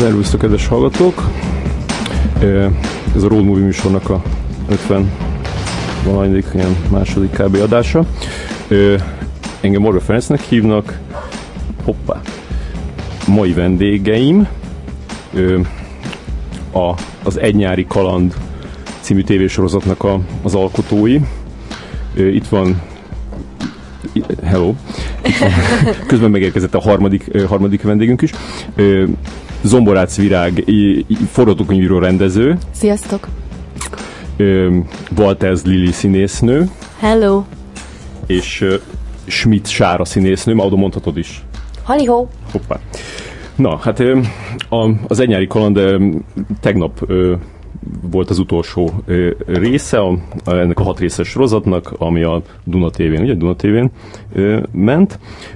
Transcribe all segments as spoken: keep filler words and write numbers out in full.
Szervusztok, kedves hallgatók! Ez a Road Movie műsornak a ötven valanyadik, ilyen második kb. Adása. Engem Morva Ferencnek hívnak. Hoppá! Mai vendégeim a, az Egy nyári kaland című tévésorozatnak a, az alkotói. Itt van hello! Itt van. Közben megérkezett a harmadik, harmadik vendégünk is. Zomborác Virág, forgatókönyvíró, rendező. Sziasztok! Walters Lili színésznő. Hello! És Schmidt Sára színésznő, ma oda mondhatod is. Halihó! Hoppá! Na, hát az Egy nyári kaland tegnap volt az utolsó része a, ennek a hat részes sorozatnak, ami a Duna té vén, ugye Duna té vén ment.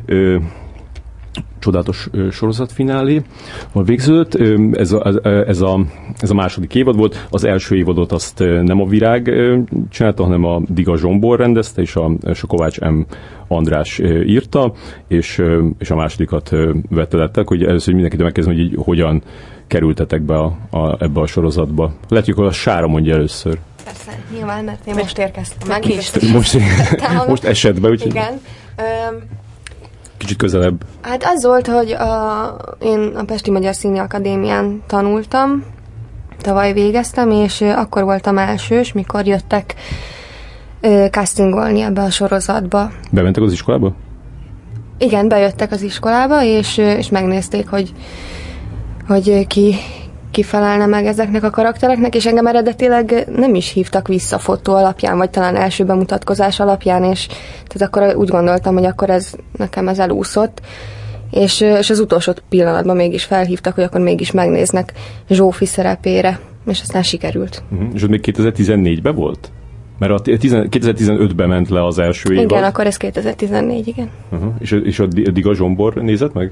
Csodálatos sorozatfinálé a végződött. Ez a, ez, a, ez a második évad volt. Az első évadot azt nem a Virág csinálta, hanem a Diga Zsombor rendezte, és a, és a Kovács M. András írta, és, és a másodikat vette lettek, hogy először mindenkitől megkezdem, hogy így hogyan kerültetek be a, a, ebbe a sorozatba. Lehet, hogy a Sára mondja először. Persze, nyilván, mert én most érkeztem meg. Most, most, most esett be, úgyhogy... Igen. Öm, Kicsit közelebb. Hát az volt, hogy a, én a Pesti Magyar Színi Akadémián tanultam, tavaly végeztem, és akkor voltam elsős, mikor jöttek ö, castingolni ebbe a sorozatba. Bementek az iskolába? Igen, bejöttek az iskolába, és, és megnézték, hogy, hogy ki, ki felelne meg ezeknek a karaktereknek, és engem eredetileg nem is hívtak vissza fotó alapján, vagy talán első bemutatkozás alapján, és tehát akkor úgy gondoltam, hogy akkor ez nekem ez elúszott, és, és az utolsó pillanatban mégis felhívtak, hogy akkor mégis megnéznek Zsófi szerepére, és aztán sikerült. Uh-huh. És ott még kétezer-tizennégyben volt? Mert a kétezer-tizenötben ment le az első évad. Igen, akkor ez kétezer-tizennégy, igen. Uh-huh. És, és a Diga Zsombor nézett meg?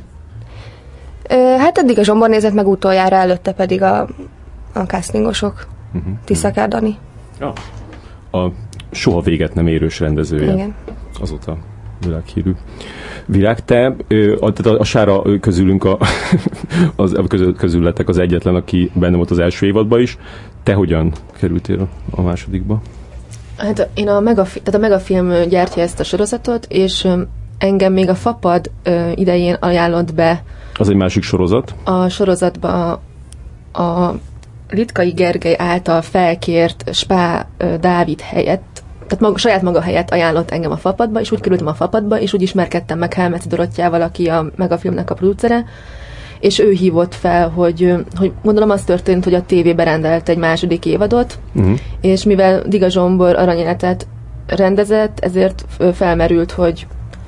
Hát eddig a Zsombor nézett meg utoljára, előtte pedig a, a castingosok. Uh-huh. Tiszakár Dani. Ja. A soha véget nem érős rendezője. Igen. Azóta világhírű. Virág, te a, a, a Sára közülünk a, az, közül, közületek az egyetlen, aki benne volt az első évadban is. Te hogyan kerültél a, a másodikba? Hát én a Megafilm, tehát a Megafilm gyártja ezt a sorozatot, és engem még a Fapad idején ajánlott be. Az egy másik sorozat. A sorozatban a, a Litkai Gergely által felkért Spá Dávid helyett, tehát maga, saját maga helyett ajánlott engem a Fapadba, és úgy kerültem a Fapadba, és úgy ismerkedtem meg Helmeci Dorottyával, aki a Megafilmnek a producere, és ő hívott fel, hogy, hogy gondolom az történt, hogy a tévé berendelt egy második évadot, uh-huh. és mivel Diga Zsombor aranyéletet rendezett, ezért felmerült, hogy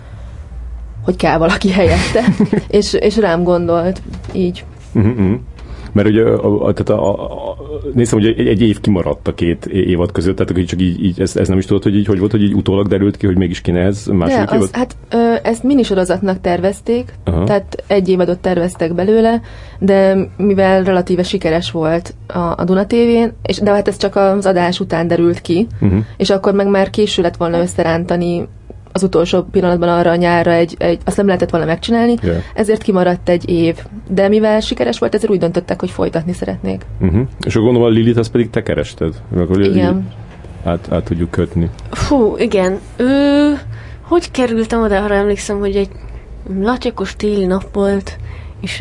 hogy kell valaki helyette, és, és rám gondolt, így. Uh-huh. Mert ugye a, a, tehát a, a, a, néztem, hogy egy, egy év kimaradt a két évad között, tehát hogy csak így, így ez, ez nem is tudod, hogy így hogy volt, hogy így utólag derült ki, hogy mégis kéne ez második De évad? Az, hát ö, ezt minisorozatnak tervezték, Aha. tehát egy évadot terveztek belőle, de mivel relatíve sikeres volt a, a Duna té vén, és, de hát ez csak az adás után derült ki, uh-huh. és akkor meg már késő lett volna összerántani az utolsó pillanatban arra a nyárra egy, egy, azt nem lehetett volna megcsinálni, yeah. ezért kimaradt egy év. De mivel sikeres volt, ezért úgy döntöttek, hogy folytatni szeretnék. Uh-huh. És akkor gondolom a Lilit, azt pedig te kerested? Akkor igen. Át, át tudjuk kötni. Fú, igen. Ő, hogy kerültem oda? Arra emlékszem, hogy egy latyakos téli nap volt, és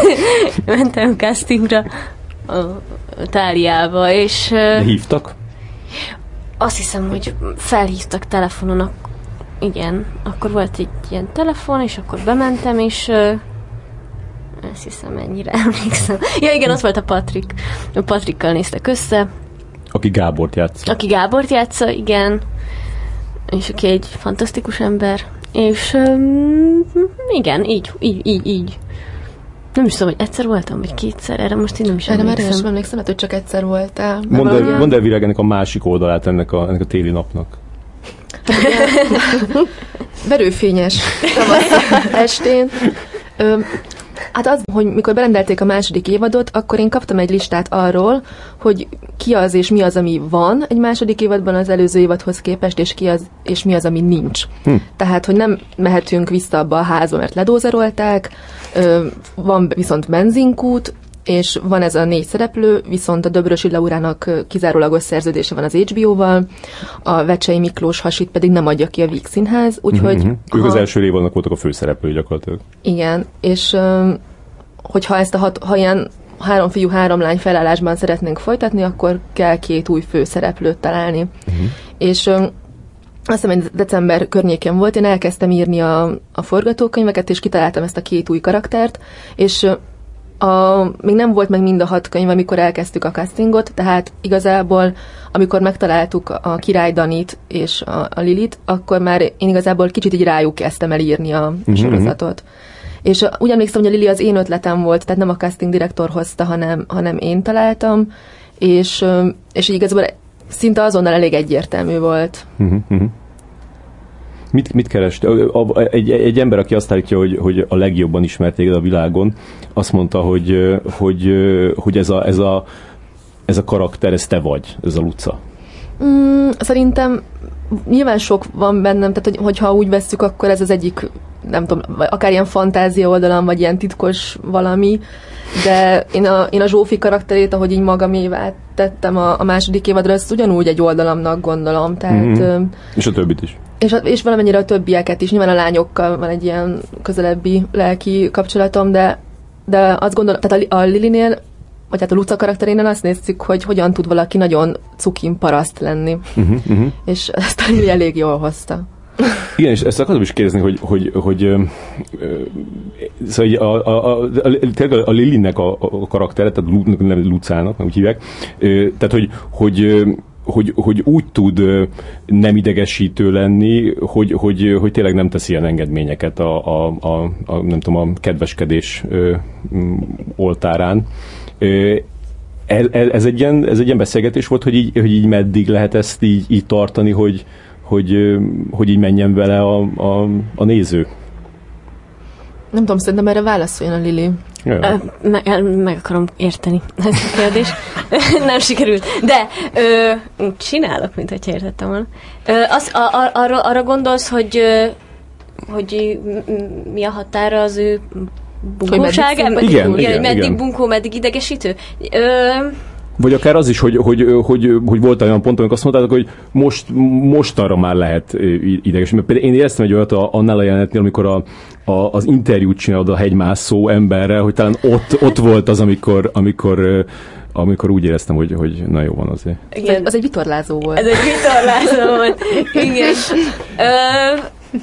mentem castingra a Táliába, és... De hívtak? Azt hiszem, hogy felhívtak telefonon. Igen, akkor volt egy ilyen telefon, és akkor bementem, és uh, azt hiszem, ennyire emlékszem. Ja, igen, ott volt a Patrik. A Patrikkal néztek össze. Aki Gábort játsza. Aki Gábort játsza, igen. És aki egy fantasztikus ember. És um, igen, így, így, így, így. Nem is tudom, hogy egyszer voltam, vagy kétszer, erre most én nem is emlékszem. emlékszem. Erre már emlékszem, hogy csak egyszer voltál. Mondd el, mondd el Virág ennek a másik oldalát ennek a, ennek a téli napnak. Verőfényes estén. Ö, hát az, hogy mikor berendelték a második évadot, akkor én kaptam egy listát arról, hogy ki az és mi az, ami van egy második évadban az előző évadhoz képest, és ki az és mi az, ami nincs. Hm. Tehát, hogy nem mehetünk vissza abba a házba, mert ledózerolták, ö, van viszont benzinkút, és van ez a négy szereplő, viszont a Döbrösi Laurának kezárólagos szerződése van az há bé ó-val, a Vecsei Miklós Hasit pedig nem adja ki a Víg Színház, úgyhogy... Uh-huh. Ha... Ők az első évadnak voltak a főszereplői gyakorlatilag. Igen, és hogyha ezt a hat, ha ilyen három fiú, három lány felállásban szeretnénk folytatni, akkor kell két új főszereplőt találni. Uh-huh. És azt hiszem, hogy december környékén volt, én elkezdtem írni a, a forgatókönyveket, és kitaláltam ezt a két új karaktert, és a, még nem volt meg mind a hat könyv, amikor elkezdtük a castingot, tehát igazából, amikor megtaláltuk a Király Danit és a, a Lilit, akkor már én igazából kicsit így rájuk kezdtem el írni a uh-huh. sorozatot. És úgy emlékszem, hogy a Lili az én ötletem volt, tehát nem a casting direktor hozta, hanem, hanem én találtam, és, és igazából szinte azonnal elég egyértelmű volt. Uh-huh. Mit, mit kerest? Egy, egy ember, aki azt állítja, hogy, hogy a legjobban ismert téged a világon, azt mondta, hogy, hogy, hogy ez, a, ez, a, ez a karakter, ez te vagy, ez a Luca. Mm, szerintem nyilván sok van bennem, tehát hogy, hogyha úgy vesszük, akkor ez az egyik, nem tudom, akár ilyen fantázia oldalam, vagy ilyen titkos valami, de én a, én a Zsófi karakterét, ahogy így magamévá tettem a, a második évadra, ezt ugyanúgy egy oldalamnak gondolom. Tehát, mm-hmm. És a többit is. És, és valamennyire a többieket is. Nyilván a lányokkal van egy ilyen közelebbi lelki kapcsolatom, de, de azt gondolom, tehát a, a Lilinél, vagy hát a Luca karakterénél azt nézzük, hogy hogyan tud valaki nagyon cukin paraszt lenni. Uh-huh, uh-huh. És ezt a Lili elég jól hozta. Igen, és ezt akartam is kérdezni, hogy, hogy, hogy ö, ö, szóval a, a, a, a, a Lilinek a, a karaktere, tehát Lucának, úgy hívják, ö, tehát hogy, hogy Hogy, hogy úgy tud nem idegesítő lenni, hogy, hogy, hogy tényleg nem tesz ilyen engedményeket a, a, a, a, nem tudom, a kedveskedés ö, oltárán. Ez, ez, egy ilyen, ez egy ilyen beszélgetés volt, hogy így, hogy így meddig lehet ezt így, így tartani, hogy, hogy, hogy így menjen vele a, a, a néző? Nem tudom, szerintem erre válaszoljon a Lili. Ö, meg, meg akarom érteni ezt a kérdést. Nem sikerült. De ö, csinálok, mint hogyha értettem volna. Ö, az, a, a, arra, arra gondolsz, hogy, ö, hogy mi a határa az ő bunkósága? Igen, igen, igen, meddig igen. bunkó, meddig idegesítő? Ö, Vagy akár az is, hogy, hogy, hogy, hogy volt olyan pont, amikor azt mondtátok, hogy most, most arra már lehet idegesítő. Például én éreztem egy olyat a, annál a jelenetnél, amikor a, a, az interjút csinálod a hegymászó emberrel, hogy talán ott, ott volt az, amikor, amikor, amikor úgy éreztem, hogy, hogy na jó van azért. Igen, az egy vitorlázó volt. Ez egy vitorlázó volt. Igen. Ö,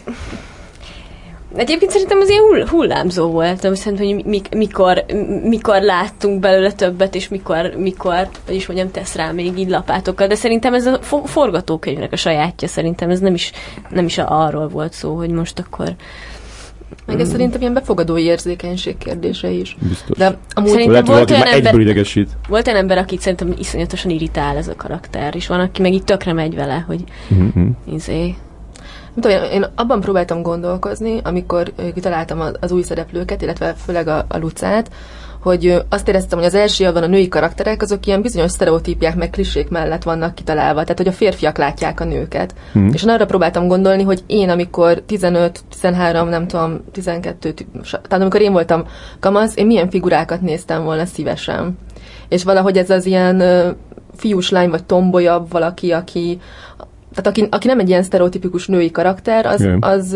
Egyébként szerintem az ilyen hull, hullámzó volt, ami szerintem, hogy mik, mikor, mikor láttunk belőle többet, és mikor, mikor, vagyis mondjam, tesz rá még így lapátokkal, de szerintem ez a forgatókönyvnek a sajátja, szerintem ez nem is, nem is arról volt szó, hogy most akkor... Meg ez mm. szerintem ilyen befogadói érzékenység kérdése is. Biztos. De amúgy szerintem lehet, volt olyan ember, idegesít. Volt olyan ember, akit szerintem iszonyatosan irritál ez a karakter, és van, aki meg így tökre megy vele, hogy mm-hmm. izé... Tudom, én abban próbáltam gondolkozni, amikor kitaláltam az új szereplőket, illetve főleg a, a Lucát, hogy azt éreztem, hogy az első évben a női karakterek azok ilyen bizonyos sztereotípiák meg klisék mellett vannak kitalálva, tehát hogy a férfiak látják a nőket. Hmm. És én arra próbáltam gondolni, hogy én amikor tizenöt, tizenhárom, nem tudom, tizenkettő, tehát amikor én voltam kamasz, én milyen figurákat néztem volna szívesen. És valahogy ez az ilyen fiús lány, vagy tombolyabb valaki, aki tehát aki, aki nem egy ilyen sztereotipikus női karakter, az, yeah. az,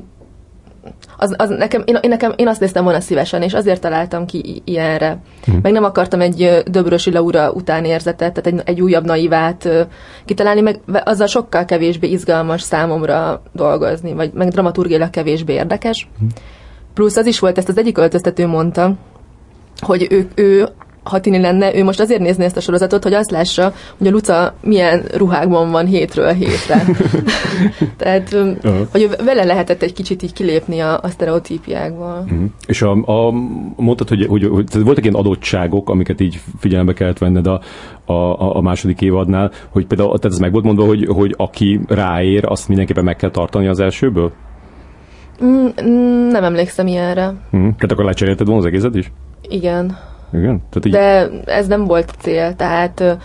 az, az nekem, én, én, nekem, én azt néztem volna szívesen, és azért találtam ki ilyenre. Mm. Meg nem akartam egy Döbrösi Laura utánérzetet, tehát egy, egy újabb naivát kitalálni, meg azzal sokkal kevésbé izgalmas számomra dolgozni, vagy meg dramaturgiailag kevésbé érdekes. Mm. Plusz az is volt, ezt az egyik öltöztető mondta, hogy ő, ő ha tini lenne, ő most azért nézni ezt a sorozatot, hogy azt lássa, hogy a Luca milyen ruhákban van hétről hétre. Tehát, uh-huh. hogy vele lehetett egy kicsit így kilépni a, a sztereotípiákból. Uh-huh. És a, a, mondtad, hogy, hogy, hogy voltak ilyen adottságok, amiket így figyelembe kellett venned a, a, a második évadnál, hogy például tehát ez meg volt mondva, hogy, hogy aki ráér, azt mindenképpen meg kell tartani az elsőből? Mm, nem emlékszem ilyenre. Uh-huh. Tehát akkor lecserélted volna az egészet is? Igen. Igen? Tehát így... De ez nem volt cél, tehát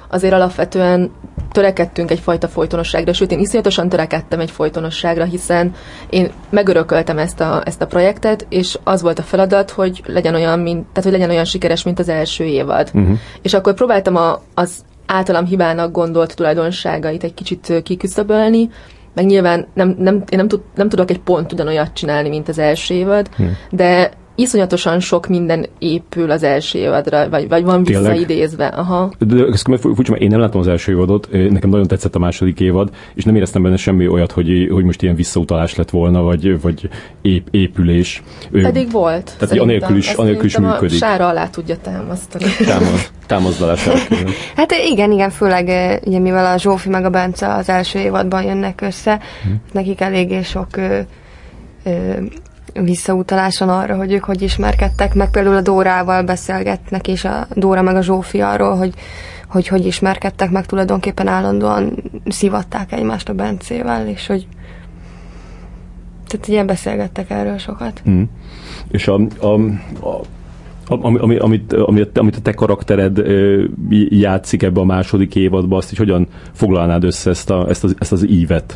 azért alapvetően törekedtünk egyfajta folytonosságra, sőt, én iszonyatosan törekedtem egy folytonosságra, hiszen én megörököltem ezt a, ezt a projektet, és az volt a feladat, hogy legyen olyan, mint, tehát, hogy legyen olyan sikeres, mint az első évad. Uh-huh. És akkor próbáltam a, az általam hibának gondolt tulajdonságait egy kicsit kiküszöbölni, meg nyilván nem, nem, én nem, tud, nem tudok egy pont ugyanolyat csinálni, mint az első évad, uh-huh. de iszonyatosan sok minden épül az első évadra, vagy, vagy van visszaidézve. Aha. De ezt furcsa, én nem láttam az első évadot, nekem nagyon tetszett a második évad, és nem éreztem benne semmi olyat, hogy, hogy most ilyen visszautalás lett volna, vagy, vagy ép, épülés. Pedig volt. Tehát anélkül is, anélkül is működik. A sára alá tudja támasztani. Támaz, támaszdalására. Hát igen, igen, főleg ugye, mivel a Zsófi meg a Bence az első évadban jönnek össze, hmm. nekik eléggé sok ö, ö, visszautaláson arra, hogy ők hogy ismerkedtek, meg például a Dórával beszélgetnek, és a Dóra meg a Zsófi arról, hogy hogy, hogy ismerkedtek, meg tulajdonképpen állandóan szivatták egymást a Bencével, és hogy tehát ilyen beszélgettek erről sokat. Mm. És a, a, a Ami, ami, amit, amit, amit a te karaktered ö, játszik ebbe a második évadba, azt is hogyan foglalnád össze ezt, a, ezt, az, ezt az ívet?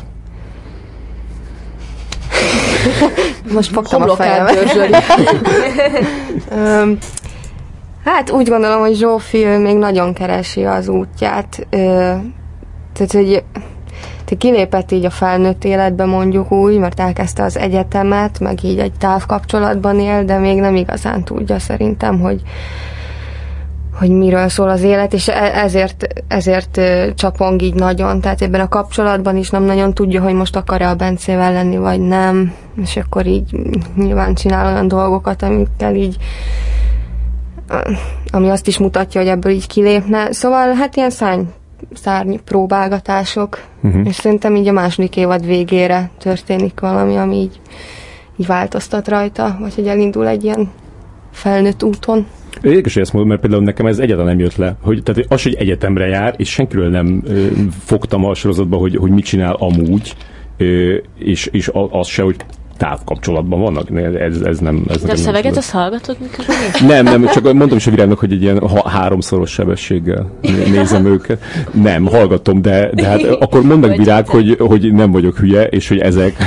Most fogtam a fejemet. Hát úgy gondolom, hogy Zsófi még nagyon keresi az útját. Tehát, hogy kilépett így a felnőtt életbe, mondjuk úgy, mert elkezdte az egyetemet, meg így egy távkapcsolatban él, de még nem igazán tudja szerintem, hogy hogy miről szól az élet, és ezért, ezért csapong így nagyon, tehát ebben a kapcsolatban is nem nagyon tudja, hogy most akar-e a Bencével lenni, vagy nem, és akkor így nyilván csinál olyan dolgokat, amikkel így ami azt is mutatja, hogy ebből így kilépne. Szóval hát ilyen szárny, szárny próbálgatások, uh-huh. és szerintem így a második évad végére történik valami, ami így, így változtat rajta, vagy hogy elindul egy ilyen felnőtt úton. Érdekes, hogy ezt mondom, mert például nekem ez egyáltalán nem jött le. Hogy, tehát az, hogy egyetemre jár, és senkiről nem ö, fogtam a sorozatba, hogy, hogy mit csinál amúgy, ö, és, és az se, hogy távkapcsolatban vannak. Ez, ez nem... Ez de a szöveget azt hallgatod miközben? Nem, nem, csak mondtam is a Virágnak, hogy egy ilyen ha, háromszoros sebességgel nézem őket. Nem, hallgatom, de, de hát akkor mondd meg, Virág, hogy, hogy nem vagyok hülye, és hogy ezek...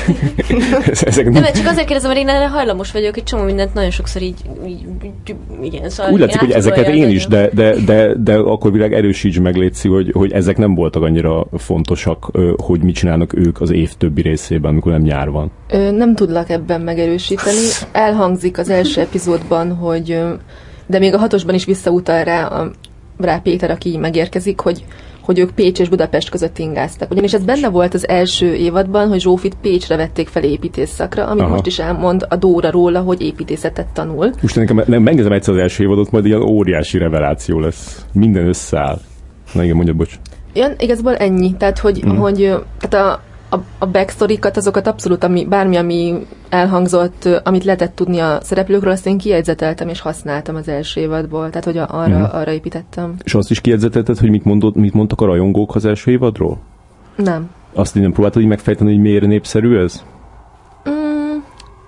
ezek nem, csak azért kérdezem, mert én erre hajlamos vagyok, egy csomó mindent nagyon sokszor így, így igen, szóval... Úgy látszik, hogy ezeket én is, de, de, de, de akkor Virág erősíts meg, létszi, hogy, hogy ezek nem voltak annyira fontosak, hogy mit csinálnak ők az év többi részében, amikor nem nyár van. Ö, nem tudlak ebben megerősíteni. Elhangzik az első epizódban, hogy de még a hatosban is visszautal rá, a, rá Péter, aki így megérkezik, hogy, hogy ők Pécs és Budapest között ingáztak. Ugyanis ez benne volt az első évadban, hogy Zsófit Pécsre vették fel építészszakra, amit Aha. most is elmond a Dóra róla, hogy építészetet tanul. Most nekem nem, megnézem egyszer az első évadot, majd ilyen óriási reveláció lesz. Minden összeáll. Na igen, mondja, bocs. Igen, igazából ennyi. Tehát, hogy, mm. hogy tehát a A, a backstory-kat, azokat abszolút, ami, bármi, ami elhangzott, amit lehetett tudni a szereplőkről, azt én kijegyzeteltem és használtam az első évadból, tehát hogy arra, mm. arra építettem. És azt is kijegyzetelted, hogy mit, mondott, mit mondtak a rajongók az első évadról? Nem. Azt így nem próbáltad így megfejteni, hogy miért népszerű ez? Mm,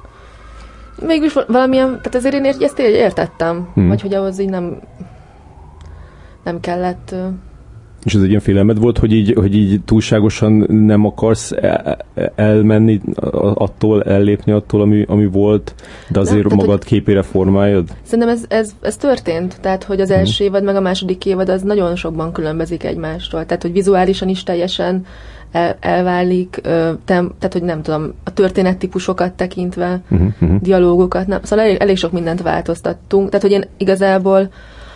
mégis valamilyen, tehát azért én ezt értettem, mm. vagy hogy ahhoz így nem nem kellett... És ez egy ilyen félelmed volt, hogy így, hogy így túlságosan nem akarsz el, elmenni attól, ellépni attól, ami, ami volt, de azért nem, magad hogy képére formáljad? Szerintem ez, ez, ez történt, tehát hogy az első hmm. évad meg a második évad az nagyon sokban különbözik egymástól, tehát hogy vizuálisan is teljesen el, elválik, tem, tehát hogy nem tudom, a történettípusokat tekintve, hmm. dialógokat, nem, szóval elég, elég sok mindent változtattunk, tehát hogy én igazából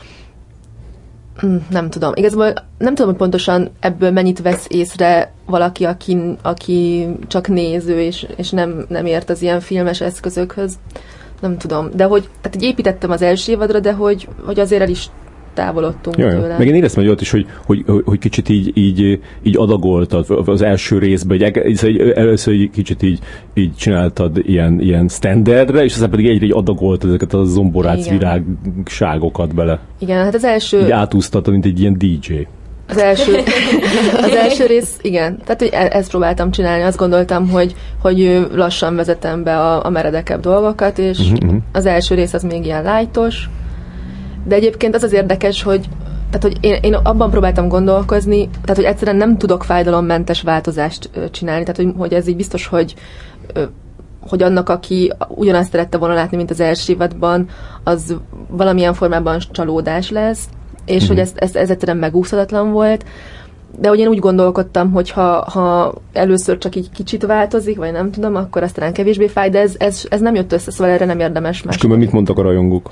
nem tudom. Igazából nem tudom, hogy pontosan ebből mennyit vesz észre valaki, aki, aki csak néző, és, és nem, nem ért az ilyen filmes eszközökhöz. Nem tudom. De hogy, tehát hogy építettem az első évadra, de hogy, hogy azért el is távolodtunk Jaj, tőle. Meg én éreztem egy olyat is, hogy, hogy, hogy kicsit így, így, így adagoltad az első részben, hogy először egy kicsit így, így csináltad ilyen, ilyen standardre, és aztán pedig egyre így adagoltad ezeket a zomborác virágságokat bele. Igen, hát az első... Így átúsztad, mint egy ilyen dé dzsé. Az első, az első rész, igen. Tehát, hogy ezt próbáltam csinálni. Azt gondoltam, hogy, hogy lassan vezetem be a, a meredekebb dolgokat, és uh-huh. az első rész az még ilyen lightos. De egyébként az az érdekes, hogy tehát, hogy én, én abban próbáltam gondolkozni, tehát, hogy egyszerűen nem tudok fájdalommentes változást ö, csinálni, tehát, hogy, hogy ez így biztos, hogy ö, hogy annak, aki ugyanazt szerette volna látni, mint az első évadban, az valamilyen formában csalódás lesz, és mm-hmm. hogy ez, ez, ez egyszerűen megúszhatatlan volt. De hogy én úgy gondolkodtam, hogy ha, ha először csak így kicsit változik, vagy nem tudom, akkor aztán kevésbé fáj, de ez, ez, ez nem jött össze, szóval erre nem érdemes más. És különben mit mondtak a rajongók?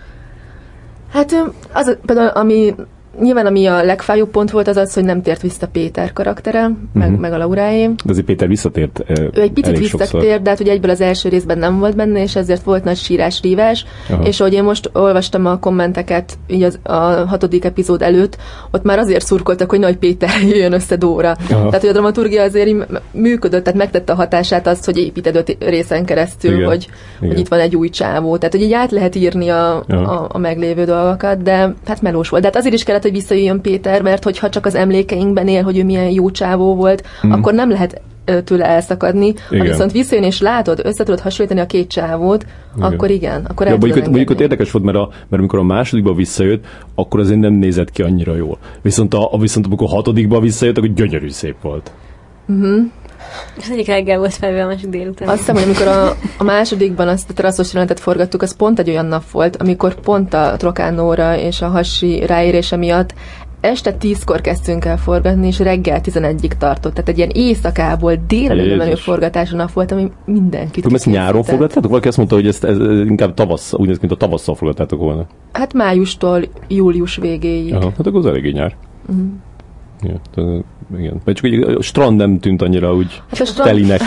Hát az például, ami nyilván ami a legfájóbb pont volt, az az, hogy nem tért vissza Péter karaktere, uh-huh. meg, meg a Lauráé. De azért Péter visszatért uh, Ő egy picit visszatért, de hát ugye egyből az első részben nem volt benne, és ezért volt nagy sírás, rívás. Aha. És ahogy én most olvastam a kommenteket így az, a hatodik epizód előtt, ott már azért szurkoltak, hogy Nagy Péter jöjjön össze Dóra. Aha. Tehát, hogy a dramaturgia azért működött, tehát megtette a hatását azt, hogy építed öt részen keresztül, Igen. Hogy, Igen. hogy itt van egy új csávó. Tehát, hogy így át lehet írni a, a, a meglévő dolgokat, de hát melós volt. De hát azért is kellett, hogy visszajöjjön Péter, mert hogyha csak az emlékeinkben él, hogy ő milyen jó csávó volt, mm. akkor nem lehet tőle elszakadni. Igen. Ha viszont visszajön és látod, össze tudod hasonlítani a két csávót, igen. akkor igen, akkor el ja, mondjuk, mondjuk ott érdekes volt, mert, a, mert amikor a másodikba visszajött, akkor azért nem nézett ki annyira jól. Viszont, a, a, viszont amikor a hatodikba visszajött, akkor gyönyörű szép volt. Uh-huh. Az egyik reggel volt felvé a másik délután. Azt hiszem, hogy amikor a, a másodikban azt a teraszos jelenetet forgattuk, az pont egy olyan nap volt, amikor pont a Trokánóra és a Hasi ráérése miatt este tízkor kezdtünk el forgatni, és reggel tizenegyig tartott. Tehát egy ilyen éjszakából délelőtt menő forgatási nap volt, ami mindenkit. Tudom, ezt nyáron forgattátok? Valaki azt mondta, hogy ezt ez inkább tavasz, úgy néz, mint a tavasszal forgattátok volna. Hát májustól július végéig. Aha, hát akkor az eléggé nyár. Uh-huh. Ja, tehát, igen. Mert csak a strand nem tűnt annyira úgy hát a strand, telinek.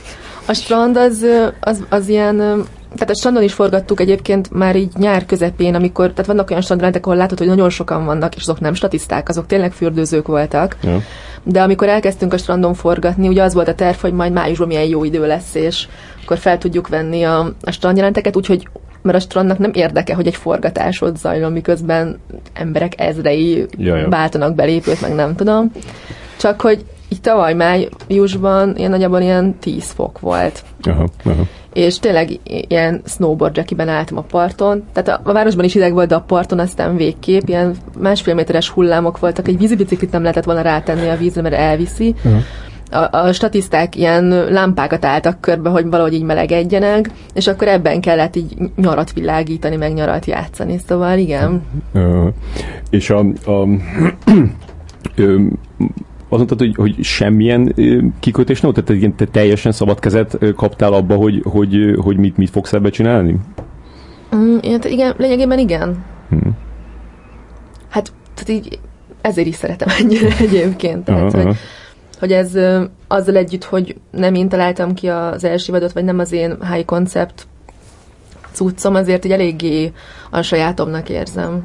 A strand az, az, az ilyen, tehát a strandon is forgattuk egyébként már így nyár közepén, amikor, tehát vannak olyan strandjelentek, ahol látod, hogy nagyon sokan vannak, és azok nem statiszták, azok tényleg fürdőzők voltak. Ja. De amikor elkezdtünk a strandon forgatni, ugye az volt a terv, hogy majd májusban milyen jó idő lesz, és akkor fel tudjuk venni a, a strandjelenteket, úgyhogy mert a strandnak nem érdeke, hogy egy forgatás ott zajlon, miközben emberek ezrei Jaj, váltanak belépőt, meg nem tudom. Csak hogy így tavaly májusban ilyen nagyjából ilyen tíz fok volt. Aha, aha. És tényleg ilyen snowboard jackiben álltam a parton. Tehát a, a városban is hideg volt, de a parton aztán végképp ilyen másfél méteres hullámok voltak. Egy vízibiciklit nem lehetett volna rátenni a vízre, mert elviszi. Aha. A, a statiszták ilyen lámpákat álltak körbe, hogy valahogy így melegedjenek, és akkor ebben kellett így nyarat világítani, meg nyarat játszani. Szóval igen. Uh, és a... a azt mondtad, hogy, hogy semmilyen kikötés nem volt? Tehát te teljesen szabad kezet kaptál abba, hogy, hogy, hogy mit, mit fogsz ebbe csinálni? Mm, igen, lényegében igen. Hmm. Hát, tehát így ezért is szeretem ennyire egyébként. Tehát, aha, hogy, aha. hogy ez azzal együtt, hogy nem én találtam ki az első évadot, vagy nem az én high concept cuccom, azért így eléggé a sajátomnak érzem.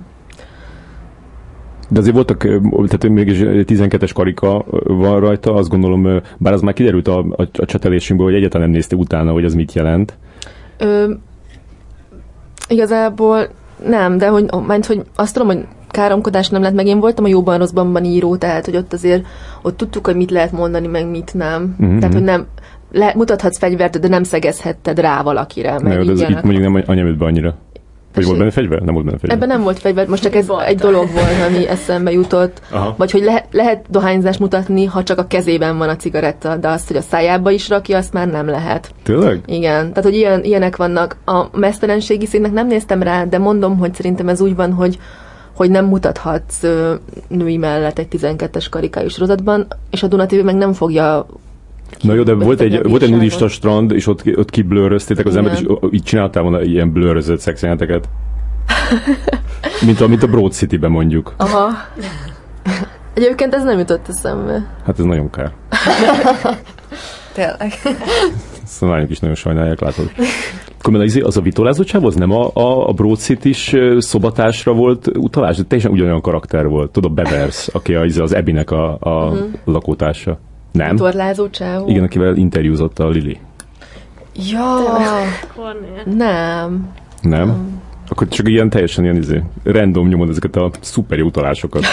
De azért voltak, tehát mégis tizenkettes karika van rajta, azt gondolom, bár az már kiderült a, a, a csetelésünkből, hogy egyáltalán nem nézte utána, hogy ez mit jelent. Ö, igazából nem, de hogy, mert, hogy azt tudom, hogy káromkodás nem lett, meg én voltam a jóban rosszbanban író, tehát hogy ott azért ott tudtuk, hogy mit lehet mondani, meg mit nem. Mm-hmm. Tehát, hogy nem le, mutathatsz fegyvert, de nem szegezhetted rá valakire. Meg ne, de ez itt mondjuk nem anyám be annyira. Vagy volt benne fegyver? Nem volt benne fegyver. Ebben nem volt fegyver, most csak ez volt. Egy dolog volt, ami eszembe jutott. Aha. Vagy hogy lehet, lehet dohányzást mutatni, ha csak a kezében van a cigaretta, de azt, hogy a szájába is rakja, azt már nem lehet. Tényleg? Igen. Tehát, hogy ilyen, ilyenek vannak. A mesztelenségi színnek nem néztem rá, de mondom, hogy szerintem ez úgy van, hogy hogy nem mutathatsz női mellett egy tizenkettes karikájú sorozatban, és a Duna té vé meg nem fogja. Na jó, de volt egy, volt egy nudista strand, és ott, ott kiblőröztétek az embert, és így csináltál volna ilyen blőrözött szexjeleneteket. Mint a, mint a Broad City-ben mondjuk. Aha. Egyébként ez nem jutott eszembe. Hát ez nagyon kár. Tényleg. Ezt a lányok is nagyon sajnálják, látod. Akkor az a vitolázottság, az nem a, a, a Broad City-s szobatásra volt utalás, de teljesen ugyanolyan karakter volt. Tudod, Bevers, aki az, az Ebinek a, a uh-huh. lakótársa. Nem? Torlázó csávó? Igen, akivel interjúzott a Lili. Ja, nem. Nem? Um. Akkor csak ilyen teljesen ilyen izé, random nyomod ezeket a szuper jó utalásokat.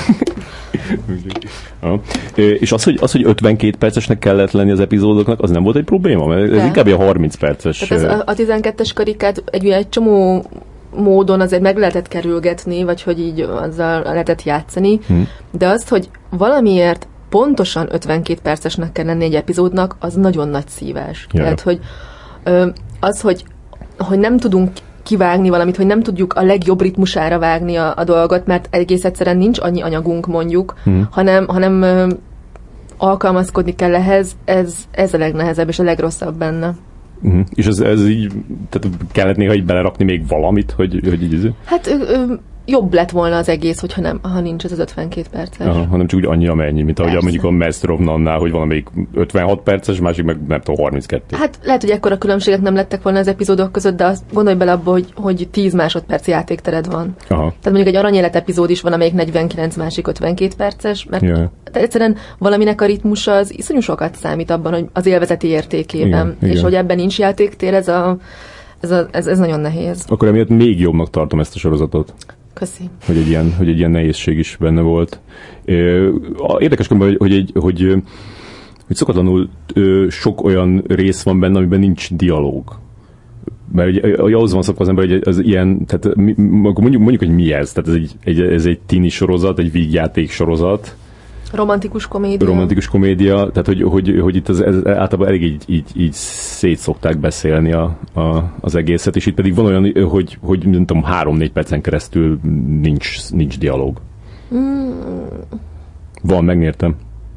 Ja. És az hogy, az, hogy ötvenkét percesnek kellett lenni az epizódoknak, az nem volt egy probléma? Mert ez De. inkább ilyen harminc perces. Tehát ez a, a tizenkettes karikát egy, egy csomó módon azért meg lehetett kerülgetni, vagy hogy így azzal lehetett játszani, hmm. de azt, hogy valamiért pontosan ötvenkét percesnek kell lenni egy epizódnak, az nagyon nagy szívás. Ja. Tehát, hogy az, hogy, hogy nem tudunk kivágni valamit, hogy nem tudjuk a legjobb ritmusára vágni a, a dolgot, mert egész egyszerűen nincs annyi anyagunk mondjuk, hmm. hanem, hanem ö, alkalmazkodni kell ehhez, ez, ez a legnehezebb és a legrosszabb benne. Uh-huh. És ez, ez így, tehát kellett néha így belerakni még valamit, hogy, hogy így... Hát ö, ö, jobb lett volna az egész, hogyha nem, ha nincs ez az ötvenkét perces. Aha, hanem csak úgy annyi amennyi, mint ahogy mondjuk a Master of None-nál, hogy valamelyik ötvenhat perces, másik meg nem tudom, harminckettő. Hát lehet, hogy ekkora különbségek nem lettek volna az epizódok között, de azt gondolj bele abba, hogy, hogy tíz másodperc játéktered van. Aha. Tehát mondjuk egy aranyélet epizód is van, amelyik negyvenkilenc, másik ötvenkét perces, mert yeah. egyszerűen valaminek a ritmusa az iszonyú sokat számít abban, hogy az élvezeti értékében. Igen, és igen. hogy ebben nincs játéktér, ez, a, ez, a, ez, ez nagyon nehéz. Akkor emiatt még jobbnak tartom ezt a sorozatot. Köszi. Hogy egy ilyen, hogy egy ilyen nehézség is benne volt. Érdekes, hogy, hogy, egy, hogy, hogy szokatlanul sok olyan rész van benne, amiben nincs dialóg. Mert ugye, ahhoz van szokva az ember, hogy az ilyen, tehát mondjuk, mondjuk, hogy mi ez? Tehát ez egy, egy, ez egy tini sorozat, egy vígjáték sorozat. Romantikus komédia. Romantikus komédia, tehát hogy, hogy, hogy itt az, ez általában elég így, így, így szét szokták beszélni a, a, az egészet, és itt pedig van olyan, hogy, hogy nem tudom, három-négy percen keresztül nincs, nincs dialóg. Mm. Van, megértem.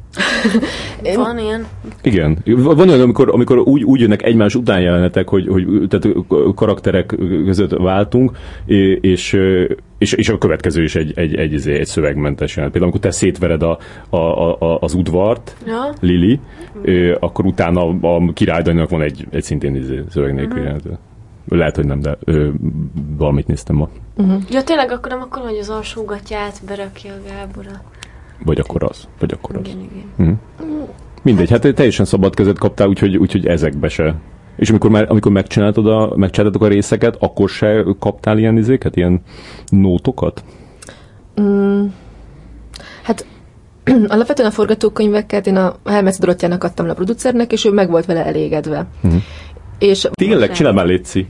Van ilyen. Igen. Van olyan, amikor, amikor úgy, úgy jönnek egymás után jelenetek, hogy, hogy tehát karakterek között váltunk, és, és, és a következő is egy, egy, egy, egy szövegmentes jelenet. Például, amikor te szétvered a, a, a, az udvart, ja. Lili, akkor utána a királydanynak van egy, egy szintén szöveg nélkül jelenet. Lehet, hogy nem, de ö, valamit néztem ma. Uh-huh. Ja, tényleg akkor nem akkor, hogy az alsógatját berakja a Gábora. Vagy akkor az. Vagy akkor az. Igen, igen. Hm. Mindegy, hát teljesen szabad kezet kaptál, úgyhogy, úgyhogy ezekbe se. És amikor, már, amikor megcsináltad a, megcsináltatok a részeket, akkor se kaptál ilyen izéket, ilyen nótokat? Mm, hát alapvetően a forgatókönyveket én a Helmetszi Dorottyának adtam le a producernek, és ő meg volt vele elégedve. Uh-huh. És tényleg, csinál már, létszi.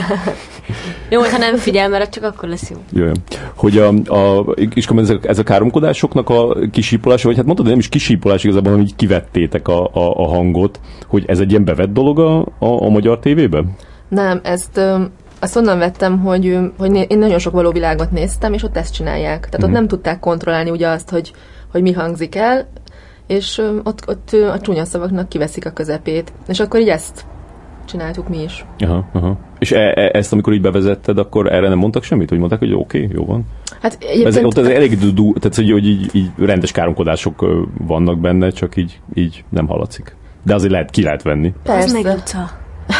Jó, ha nem figyel, mert csak akkor lesz jó. Jó, hogy a, a, és ez, a, ez a káromkodásoknak a kisípolása, vagy hát mondtad, hogy nem is kisípolás igazából, hanem így kivettétek a, a, a hangot, hogy ez egy ilyen bevett dolog a, a, a magyar tévében? Nem, ezt ö, azt onnan vettem, hogy, hogy én nagyon sok való világot néztem, és ott ezt csinálják. Tehát mm-hmm. ott nem tudták kontrollálni ugye azt, hogy, hogy mi hangzik el, és ö, ott, ott ö, a csúnya szavaknak kiveszik a közepét. És akkor így ezt csináltuk mi is. Aha, aha. És e- e- ezt, amikor így bevezetted, akkor erre nem mondtak semmit? Hogy mondták, hogy oké, okay, jó van? Hát egyébként... Ez, ott ez elég dudú, tehát hogy, hogy így, így rendes káromkodások vannak benne, csak így, így nem hallatszik. De azért lehet, ki lehet venni. Persze. Az meg utca.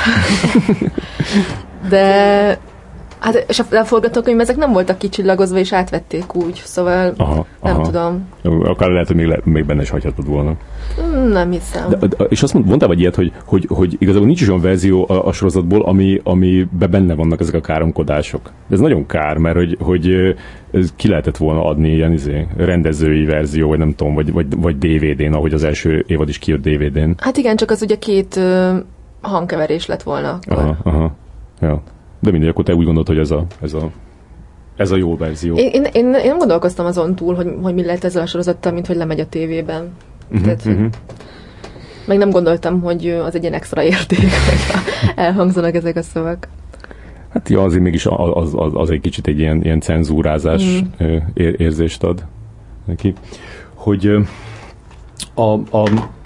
De... Hát, és a forgatókönyv, ezek nem voltak kicsillagozva, és átvették úgy, szóval aha, nem aha. tudom. Akár lehet, hogy még, le, még benne is hagyhatod volna. Nem hiszem. De, de, és azt mondtál vagy ilyet, hogy, hogy, hogy igazából nincs is olyan verzió a, a sorozatból, ami, amiben benne vannak ezek a káromkodások. De ez nagyon kár, mert hogy, hogy ez ki lehetett volna adni ilyen izé, rendezői verzió, vagy nem tudom, vagy, vagy, vagy dé vé dén, ahogy az első évad is kijött dé vé dén. Hát igen, csak az ugye két uh, hangkeverés lett volna. Aha, aha, ja. De mindegy, akkor te úgy gondolod, hogy ez a, ez a, ez a jó verzió. Én, én, én, én nem gondolkoztam azon túl, hogy, hogy mi lehet ezzel a sorozattal, mint hogy lemegy a tévében. Uh-huh, Tehát, uh-huh. Meg nem gondoltam, hogy az egy ilyen extra érték, hogy elhangzanak ezek a szavak. Hát ja, azért mégis az, az, az egy kicsit egy ilyen, ilyen cenzúrázás uh-huh. érzést ad neki. Hogy a... a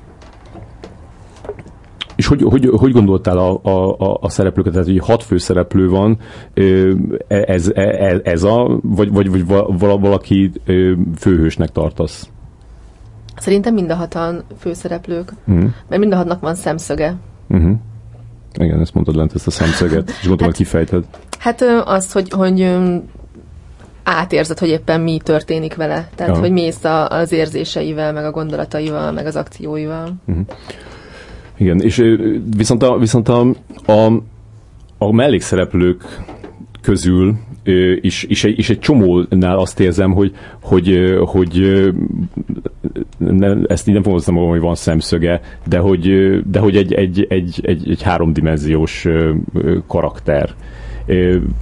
és hogy, hogy, hogy gondoltál a, a, a szereplőket? Tehát, hogy hat főszereplő van, ez, ez, ez a, vagy, vagy, vagy valaki főhősnek tartasz? Szerintem mind a hatan főszereplők, uh-huh. mert mind a hatnak van szemszöge. Uh-huh. Igen, ezt mondtad lent, ezt a szemszöget, és gondolom, hát, hogy kifejted. Hát az, hogy, hogy átérzed, hogy éppen mi történik vele. Tehát, aha. hogy mész a, az érzéseivel, meg a gondolataival, meg az akcióival. Uh-huh. Igen, és viszont a, viszont a, a, a mellékszereplők közül is, is, egy, is egy csomónál azt érzem, hogy, hogy, hogy nem, ezt így nem fogom magam, hogy van szemszöge, de hogy, de hogy egy, egy, egy, egy, egy háromdimenziós karakter.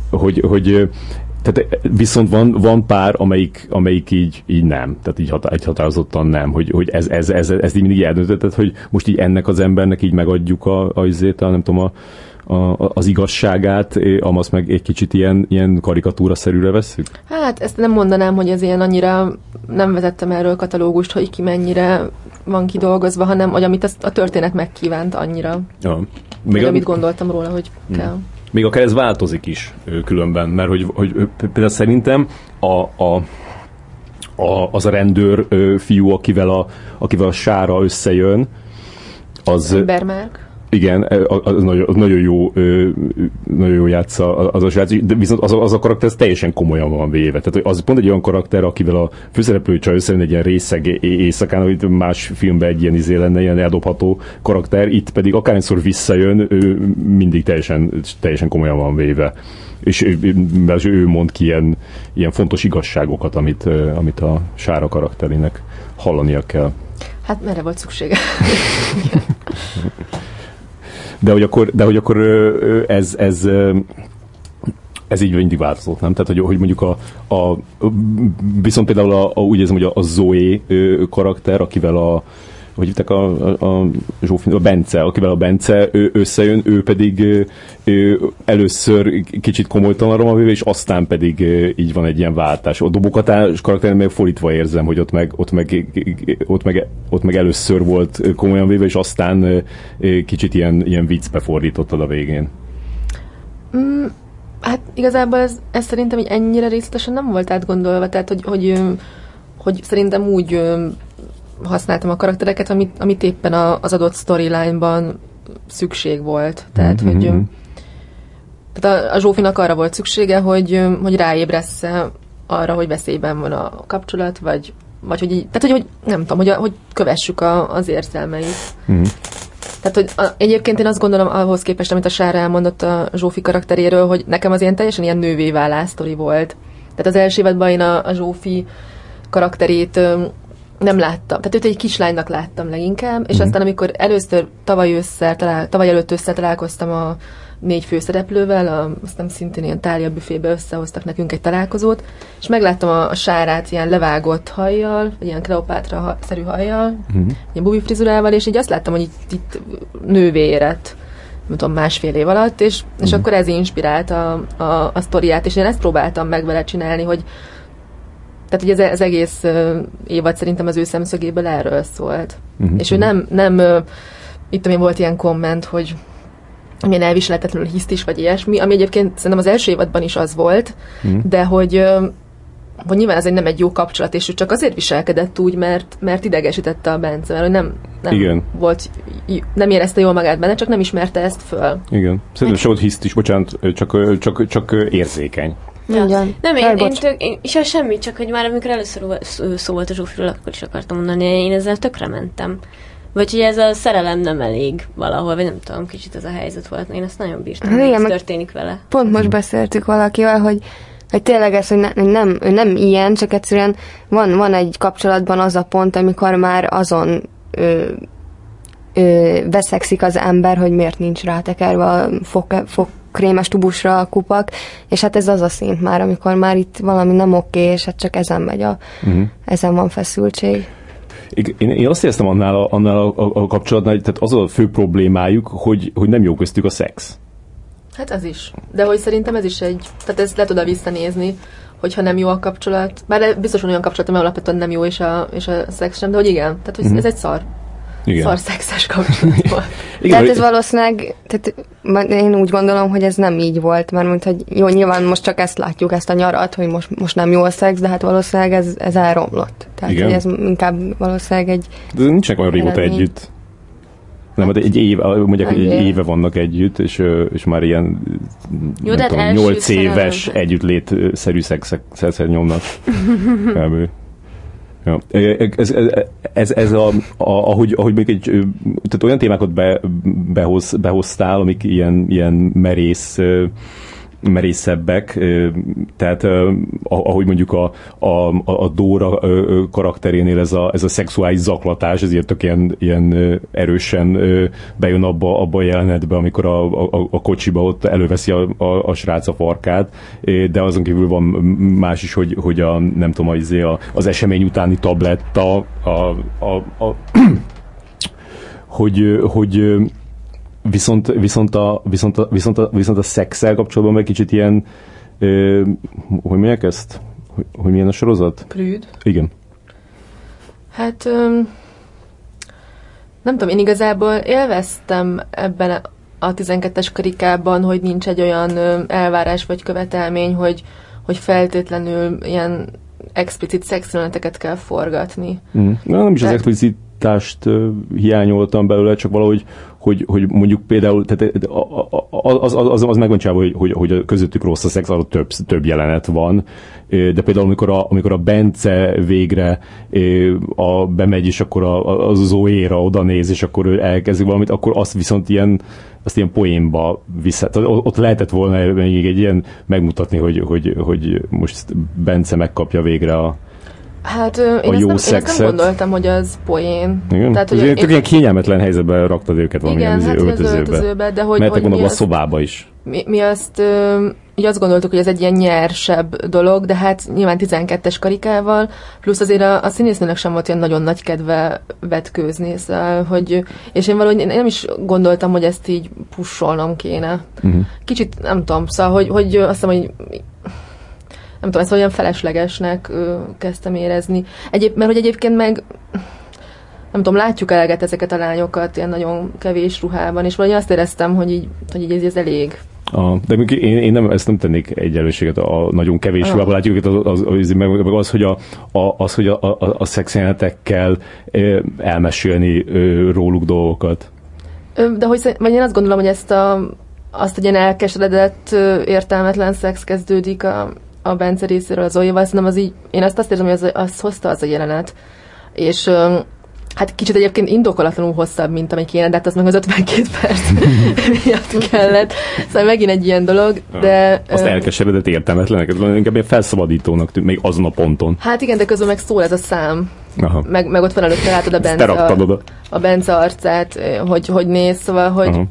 hogy, hogy tehát viszont van, van pár, amelyik, amelyik így, így nem. Tehát így, hatá, így határozottan nem. Hogy, hogy ez, ez, ez, ez így mindig eldöntötted, hogy most így ennek az embernek így megadjuk a, a, a, a nem tudom, a, a, az igazságát, amaz meg egy kicsit ilyen, ilyen karikatúraszerűre vesszük? Hát ezt nem mondanám, hogy ez ilyen annyira, nem vezettem erről katalógust, hogy ki mennyire van kidolgozva, hanem hogy amit a történet megkívánt annyira. Ja. Még a... amit gondoltam róla, hogy hmm. kell. Még akár ez változik is különben, mert hogy, hogy például szerintem a, a, a, az a rendőr fiú, akivel a, akivel a Sára összejön, az... Embermárk. Igen, az nagyon, az nagyon jó, nagyon jó játsza az a srác, de viszont az a, az a karakter ez teljesen komolyan van véve. Tehát az pont egy olyan karakter, akivel a főszereplő csaj összejön egy ilyen részeg éjszakán, hogy más filmben egy ilyen izé lenne, ilyen eldobható karakter, itt pedig akárhányszor visszajön, ő mindig teljesen, teljesen komolyan van véve. És ő, ő mond ki ilyen, ilyen fontos igazságokat, amit, amit a Sára karakterének hallania kell. Hát merre volt szüksége? De hogy akkor, de hogy akkor ez, ez, ez így mindig változott, nem? Tehát, hogy, hogy mondjuk a, a viszont például a, a, úgy érzem, hogy a, a Zoe karakter, akivel a hogy hívták a, a, a Zsófi, a Bence, akivel a Bence ő, összejön, ő pedig ő, először kicsit komolytalanra van véve, és aztán pedig így van egy ilyen váltás. A Dobókatás karakterén meg fordítva érzem, hogy ott meg, ott, meg, ott, meg, ott meg először volt komolyan véve, és aztán kicsit ilyen, ilyen viccbe fordítottad a végén. Mm, hát igazából ez, ez szerintem így ennyire részletesen nem volt átgondolva, tehát hogy, hogy, hogy szerintem úgy használtam a karaktereket, amit, amit éppen a, az adott storyline-ban szükség volt. Tehát, mm-hmm. hogy tehát a, a Zsófinak arra volt szüksége, hogy, hogy ráébressze arra, hogy veszélyben van a kapcsolat, vagy, vagy hogy így, tehát, hogy, hogy nem tudom, hogy, hogy kövessük a, az érzelmeit. Mm-hmm. Tehát, hogy a, egyébként én azt gondolom ahhoz képest, amit a Sára elmondott a Zsófi karakteréről, hogy nekem az ilyen teljesen ilyen nővé válás sztori volt. Tehát az első évadban én a, a Zsófi karakterét nem láttam. Tehát őt egy kislánynak láttam leginkább, és mm. aztán amikor először tavaly ősszel, talál, tavaly előtt ősszel találkoztam a négy főszereplővel, a, aztán szintén ilyen tárgya büfébe összehoztak nekünk egy találkozót, és megláttam a, a Sárát ilyen levágott hajjal, vagy ilyen Kleopátra-szerű hajjal, mm. ilyen bubi frizurával, és így azt láttam, hogy itt, itt nővé érett, nem tudom, másfél év alatt, és, mm. és akkor ez inspirált a, a, a sztoriát, és én ezt próbáltam meg vele csinálni, hogy tehát ugye ez, ez egész uh, évad szerintem az ő szemszögéből erről szólt. Uh-huh. És ő nem, nem uh, itt ami volt ilyen komment, hogy milyen elviselhetetlenül hisztis, vagy ilyesmi, ami egyébként szerintem az első évadban is az volt, uh-huh. de hogy, uh, hogy nyilván ez egy nem egy jó kapcsolat, és ő csak azért viselkedett úgy, mert, mert idegesítette a Bence, mert hogy nem, nem volt, nem érezte jól magát benne, csak nem ismerte ezt föl. Igen. Szerintem se volt hisztis, bocsánat, csak, csak, csak érzékeny. Ja. Nem, én, én, tök, én is semmi, csak hogy már amikor először szó volt a Zsófiról, akkor is akartam mondani, én ezzel tökre mentem. Vagy hogy ez a szerelem nem elég valahol, vagy nem tudom, kicsit az a helyzet volt. Én ezt nagyon bírtam, hogy ez történik vele. Pont most beszéltük valakivel, hogy, hogy tényleg ez, hogy ne, nem, ő nem ilyen, csak egyszerűen van, van egy kapcsolatban az a pont, amikor már azon ö, ö, veszekszik az ember, hogy miért nincs rátekerve a fok, fok krémes tubusra a kupak, és hát ez az a szint már, amikor már itt valami nem oké, és hát csak ezen megy a, uh-huh. ezen van feszültség. Én, én azt éreztem annál a, annál a, a, a kapcsolatnál, tehát az a fő problémájuk, hogy, hogy nem jó köztük a szex. Hát ez is. De hogy szerintem ez is egy, tehát ezt lehet oda visszanézni, hogyha nem jó a kapcsolat. Bár biztos van olyan kapcsolat, ami alapvetően nem jó, és a, és a szex sem, de hogy igen, tehát hogy uh-huh. ez egy szar. Igen. Szar szexes kapcsolatban. Tehát ez valószínűleg, tehát én úgy gondolom, hogy ez nem így volt, mert mint, hogy jó, nyilván most csak ezt látjuk, ezt a nyarat, hogy most, most nem jó a szex, de hát valószínűleg ez, ez elromlott. Tehát igen. Hogy ez inkább valószínűleg egy... De nincsenek olyan régóta együtt. Nem, de egy éve, mondják, hogy egy éve vannak együtt, és, és már ilyen jó, nem tudom, nyolc éves együttlétszerű szexet nyomnak. Ja. Ez, ez, ez, ez a, a, ahogy, ahogy még egy, tehát olyan témákat be, behoz, behoztál, amik ilyen, ilyen merész merészebbek, tehát ahogy mondjuk a, a, a Dóra karakterénél ez a, ez a szexuális zaklatás, ezért tök ilyen, ilyen erősen bejön abba, abba a jelenetbe, amikor a, a, a kocsiba ott előveszi a, a, a srác a farkát, de azon kívül van más is, hogy, hogy a, nem tudom, az, az esemény utáni tabletta, a, a, a hogy, hogy viszont, viszont, a, viszont, a, viszont, a, viszont a szexszel kapcsolatban meg kicsit ilyen, ö, hogy mondják ezt? Hogy, hogy milyen a sorozat? Prűd. Igen. Hát öm, nem tudom, én igazából élveztem ebben a tizenkettes karikában, hogy nincs egy olyan öm, elvárás vagy követelmény, hogy, hogy feltétlenül ilyen explicit szexjeleneteket kell forgatni. Mm. Na, nem is Tehát, az explicit tást uh, hiányoltam belőle, csak valahogy, hogy, hogy mondjuk például, tehát az, az, az, az meg van csinálva, hogy, hogy, hogy közöttük rossz a szex, arra több, több jelenet van, de például amikor a, amikor a Bence végre a, bemegy, és akkor a, a Zoéra oda néz, és akkor ő elkezdi valamit, akkor azt viszont ilyen, azt ilyen poénba vissza. Ott lehetett volna még egy ilyen megmutatni, hogy, hogy, hogy most Bence megkapja végre a Hát én, a jó ezt nem, én ezt nem gondoltam, hogy az poén. Igen? Tehát, hogy én, ilyen kényelmetlen helyzetben raktad őket valamilyen hát öltözőbe. öltözőbe. De hogy, Mehettek gondolom a szobába is. Mi, mi azt így azt gondoltuk, hogy ez egy ilyen nyersebb dolog, de hát nyilván tizenkettes karikával, plusz azért a, a színésznőnek sem volt ilyen nagyon nagy kedve vetkőzni, szóval, hogy, és én valahogy nem is gondoltam, hogy ezt így pusolnom kéne. Uh-huh. Kicsit, nem tudom, szóval, hogy, hogy azt hiszem, hogy nem tudom, ezt olyan feleslegesnek ö, kezdtem érezni. Egyéb, mert hogy egyébként meg nem tudom, látjuk eleget ezeket a lányokat ilyen nagyon kevés ruhában, és valahogy azt éreztem, hogy így, hogy így ez, ez elég. Ah, de én, én nem, ezt nem tennék egyenlőséget a nagyon kevés ruhában, látjuk őket, az, az, az, meg, meg az, hogy a, a, az, hogy a, a, a szexjelenetekkel elmesélni róluk dolgokat. De hogy, vagy én azt gondolom, hogy ezt a, azt, hogy ilyen elkeseredett, értelmetlen szex kezdődik a a Bence részéről az Zoéval, szerintem az így, én azt azt érzem, hogy az, az hozta az a jelenet. És hát kicsit egyébként indokolatlanul hosszabb, mint amely kéne, de hát az meg az ötvenkét perc miatt kellett. Szóval megint egy ilyen dolog, de... Azt uh, elkeseredett értelmetlenek, ez inkább ilyen felszabadítónak tűnt, még azon a ponton. Hát igen, de közben meg szól ez a szám. Aha. Meg, meg ott van előtte, látod a Bence, a, a Bence arcát, hogy, hogy néz, szóval, hogy... Aha.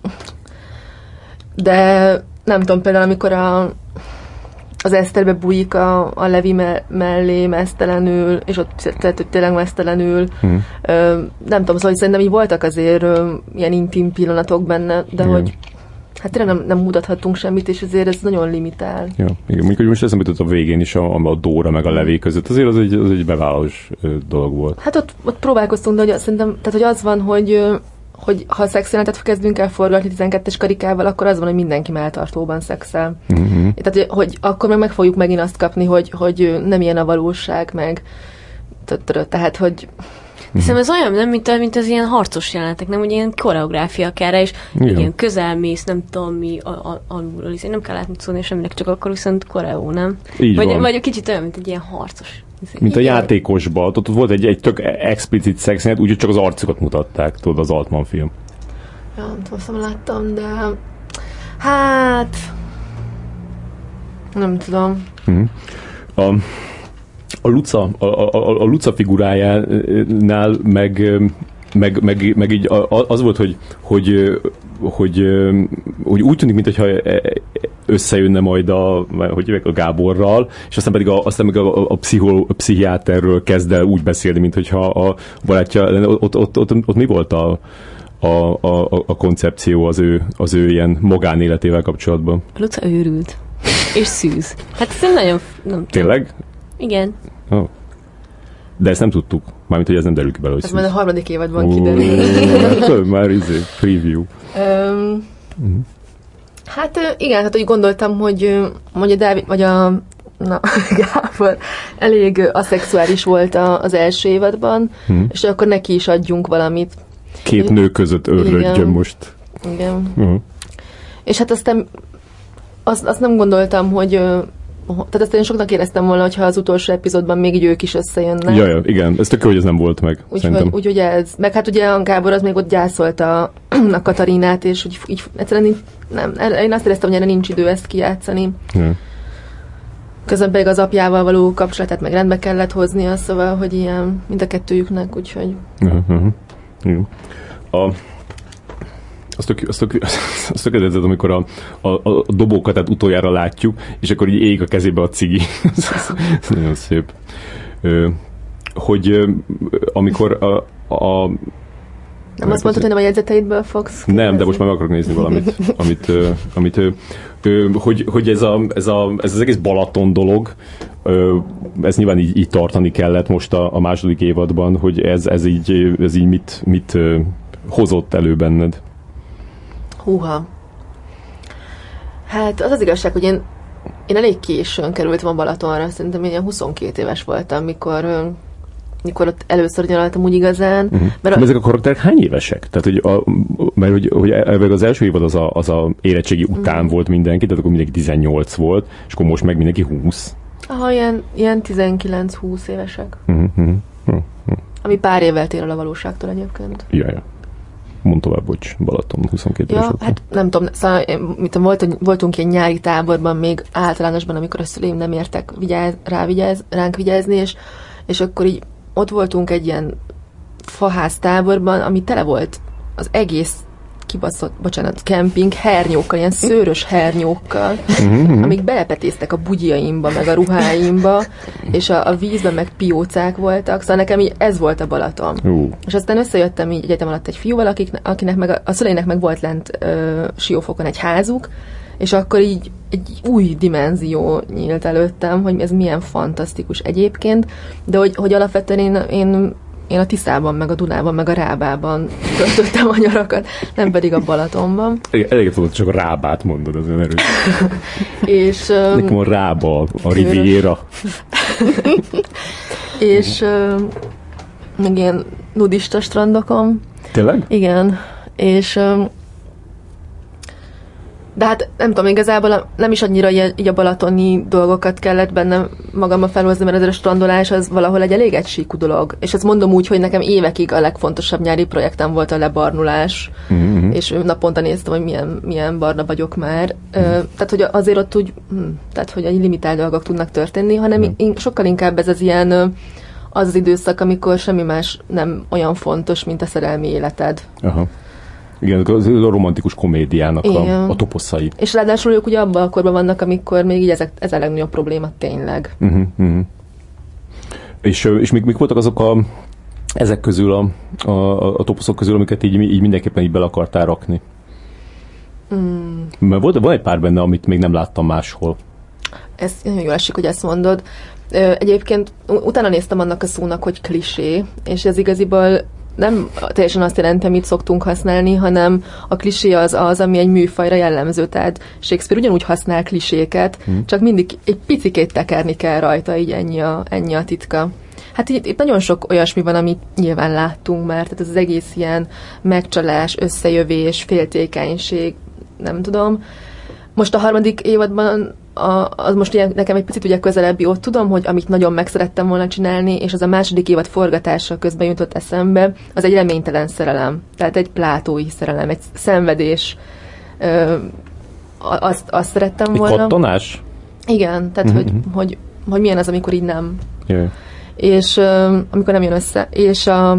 De nem tudom, például amikor a az Eszterbe bújik a, a Levi me- mellé mesztelenül, és ott tehát, hogy tényleg mesztelenül. Hmm. Ö, nem tudom, szóval szerintem így voltak azért ö, ilyen intim pillanatok benne, de hmm. hogy hát tényleg nem, nem mutathattunk semmit, és azért ez nagyon limitál. Ja, igen, mondjuk, hogy most eszembe jutott a végén is a, a Dóra meg a Levi között, azért az egy, az egy bevállalós dolog volt. Hát ott, ott próbálkoztunk, de hogy szerintem, tehát hogy az van, hogy hogy ha szexjelenetet kezdünk el forgatni tizenkettes karikával, akkor az van, hogy mindenki melltartóban szexel. Uh-huh. Tehát, hogy akkor meg, meg fogjuk megint azt kapni, hogy, hogy nem ilyen a valóság, meg tehát, hogy... Hiszem ez olyan, nem, mint, mint az ilyen harcos jelenetek, nem, hogy ilyen koreográfia kell rá, és igen. Ilyen közelmész, nem tudom mi, alulról is, nem kell látni szólni semminek, csak akkor viszont koreó, nem? Így vagy, van. vagy kicsit olyan, mint egy ilyen harcos. Mint a játékosban, ott volt egy, egy tök explicit szexjelenet, úgyhogy csak az arcukat mutatták, tudod, az Altman film. Ja, nem tudom, láttam, de hát nem tudom. Uh-huh. A, a Luca, a, a, a Luca figurájánál meg, meg, meg, meg így az volt, hogy, hogy, hogy, hogy úgy tűnik, mintha összejönne majd a, hogy hívják, a Gáborral, és aztán pedig a, aztán meg a, a, pszichol, a pszichiáterről kezd el úgy beszélni, mintha a barátja, ott, ott, ott, ott mi volt a, a, a, a koncepció az ő, az ő ilyen magánéletével kapcsolatban? A Luca őrült. És szűz. Hát ez nagyon... Nem Tényleg? Igen. Oh. De ezt nem tudtuk. Mármint, hogy ez nem derül ki belőle, hogy ez majd a harmadik évadban kiderül. Már izé, preview. Um, uh-huh. Hát igen, hát úgy gondoltam, hogy, hogy a Dávid, vagy a na, Gábor elég aszexuális volt a, az első évadban, uh-huh. és akkor neki is adjunk valamit. Két nő között őrlődjön most. Igen. Uh-huh. És hát aztán azt, azt nem gondoltam, hogy tehát ezt én soknak éreztem volna, hogyha az utolsó epizódban még így ők is összejönnek. Jaj, igen, ez tök jó, hogy ez nem volt meg, úgy, szerintem. Úgyhogy ez. Meg hát ugye a Gábor az még ott gyászolt a, a Katarinát, és úgy, így egyszerűen így, nem, én azt éreztem, hogy erre nincs idő ezt kijátszani. Hmm. Közben pedig az apjával való kapcsolatát meg rendbe kellett hoznia, szóval, hogy ilyen mind a kettőjüknek, úgyhogy... Uh-huh. Jó. A... Azt tök, azt tök, azt tök edezett, amikor a, a, a dobókat tehát utoljára látjuk, és akkor így ég a kezébe a cigi. Ez nagyon szép. Ö, hogy amikor a... a nem azt mondtad, hogy nem a jegyzeteidből fogsz kérdezni? Nem, de most már meg akarok nézni valamit, amit, ö, amit ö, ö, hogy, hogy ez, a, ez, a, ez az egész Balaton dolog, ö, ez nyilván így, így tartani kellett most a, a második évadban, hogy ez, ez így, ez így mit, mit ö, hozott elő benned? Húha. Hát az az igazság, hogy én, én elég későn kerültem a Balatonra, szerintem én ilyen huszonkét éves voltam, mikor, mikor ott először nyaraltam úgy igazán. Uh-huh. Mert a... ezek a karakterek hány évesek? Tehát, hogy, a, mert hogy, hogy az első évad az a, az a érettségi után uh-huh. volt mindenki, tehát akkor mindenki tizennyolc volt, és akkor most meg mindenki húsz. Aha, ilyen, ilyen tizenkilenc-húsz évesek. Uh-huh. Uh-huh. Ami pár évvel tér el a valóságtól egyébként. Ja, ja. Mond tovább, bocs, Balaton, huszonkét ja, éves. Hát nem tudom, szóval mit, volt, voltunk egy nyári táborban még általánosban, amikor a szüleim nem értek vigyáz, rá vigyáz, ránk vigyázni, és, és akkor így ott voltunk egy ilyen faház táborban, ami tele volt az egész kibaszott, bocsánat, kemping hernyókkal, ilyen szőrös hernyókkal, mm-hmm. amik belepetéztek a bugyaimba, meg a ruháimba, és a, a vízben meg piócák voltak, szóval nekem így ez volt a Balaton. Uh. És aztán összejöttem így egyetem alatt egy fiúval, akik, akinek meg a, a szüleinek meg volt lent ö, Siófokon egy házuk, és akkor így egy új dimenzió nyílt előttem, hogy ez milyen fantasztikus egyébként, de hogy, hogy alapvetően én, én Én a Tiszában, meg a Dunában, meg a Rábában töltöttem a nyarakat, nem pedig a Balatonban. Elég tudod, csak a Rábát mondod, az olyan erős. És... Um, Nekem a Rába, a Riviera. És um, meg ilyen nudista strandokon. Tényleg? Igen. És... Um, de hát nem tudom, igazából nem is annyira így a balatoni dolgokat kellett bennem magammal felhozni, mert ez a strandolás az valahol egy elég egysíkú dolog. És ezt mondom úgy, hogy nekem évekig a legfontosabb nyári projektem volt a lebarnulás, mm-hmm. és naponta néztem, hogy milyen, milyen barna vagyok már. Mm. Tehát, hogy azért ott úgy, hm, tehát, hogy egy limitált dolgok tudnak történni, hanem mm. in, sokkal inkább ez az ilyen az az időszak, amikor semmi más nem olyan fontos, mint a szerelmi életed. Aha. Igen, az a romantikus komédiának a, a toposzai. És ráadásul ők ugye abban a korban vannak, amikor még így ezek, ez a legnagyobb probléma tényleg. Uh-huh, uh-huh. És, és még mik voltak azok a ezek közül, a, a, a toposzok közül, amiket így, így mindenképpen így bele akartál rakni? Mm. Mert volt, van egy pár benne, amit még nem láttam máshol. Ez nagyon jól esik, hogy ezt mondod. Egyébként utána néztem annak a szónak, hogy klisé, és ez igaziból nem teljesen azt jelenti, amit szoktunk használni, hanem a klisé az az, ami egy műfajra jellemző. Tehát Shakespeare ugyanúgy használ kliséket, hmm. csak mindig egy picikét tekerni kell rajta, így ennyi a, ennyi a titka. Hát itt, itt nagyon sok olyasmi van, amit nyilván láttunk már, tehát ez az egész ilyen megcsalás, összejövés, féltékenység, nem tudom. Most a harmadik évadban A, az most ilyen, nekem egy picit ugye közelebbi, ott tudom, hogy amit nagyon meg szerettem volna csinálni, és az a második évad forgatása közben jutott eszembe, az egy reménytelen szerelem. Tehát egy plátói szerelem, egy szenvedés. Ö, azt, azt szerettem egy volna. Egy kattanás? Igen, tehát uh-huh. hogy, hogy, hogy milyen az, amikor így nem. Yeah. És ö, amikor nem jön össze. És a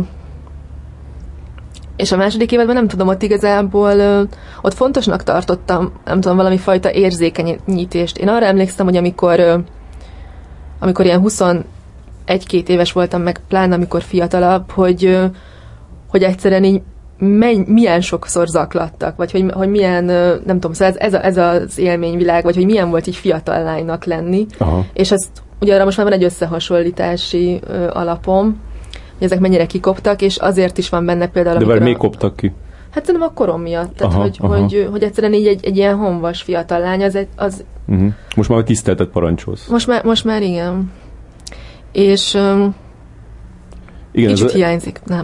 És a második évadban nem tudom, ott igazából ö, ott fontosnak tartottam, nem tudom, valami fajta érzékenyítést. Én arra emlékszem, hogy amikor ö, amikor ilyen huszonegy-két éves voltam, meg pláne amikor fiatalabb, hogy, ö, hogy egyszerűen így menny, milyen sokszor zaklattak, vagy hogy, hogy milyen, ö, nem tudom, szóval ez, ez, a, ez az élményvilág, vagy hogy milyen volt így fiatal lánynak lenni. Aha. És ezt ugye arra most már van egy összehasonlítási ö, alapom, hogy ezek mennyire kikoptak, és azért is van benne például... De már még koptak ki? Hát szerintem a korom miatt, tehát aha, hogy, aha. Hogy, hogy egyszerűen így egy, egy ilyen honvas fiatal lány, az... Egy, az uh-huh. Most már tiszteltet parancsolsz. Most már, most már igen. És um, igen, kicsit ez a... hiányzik, nem.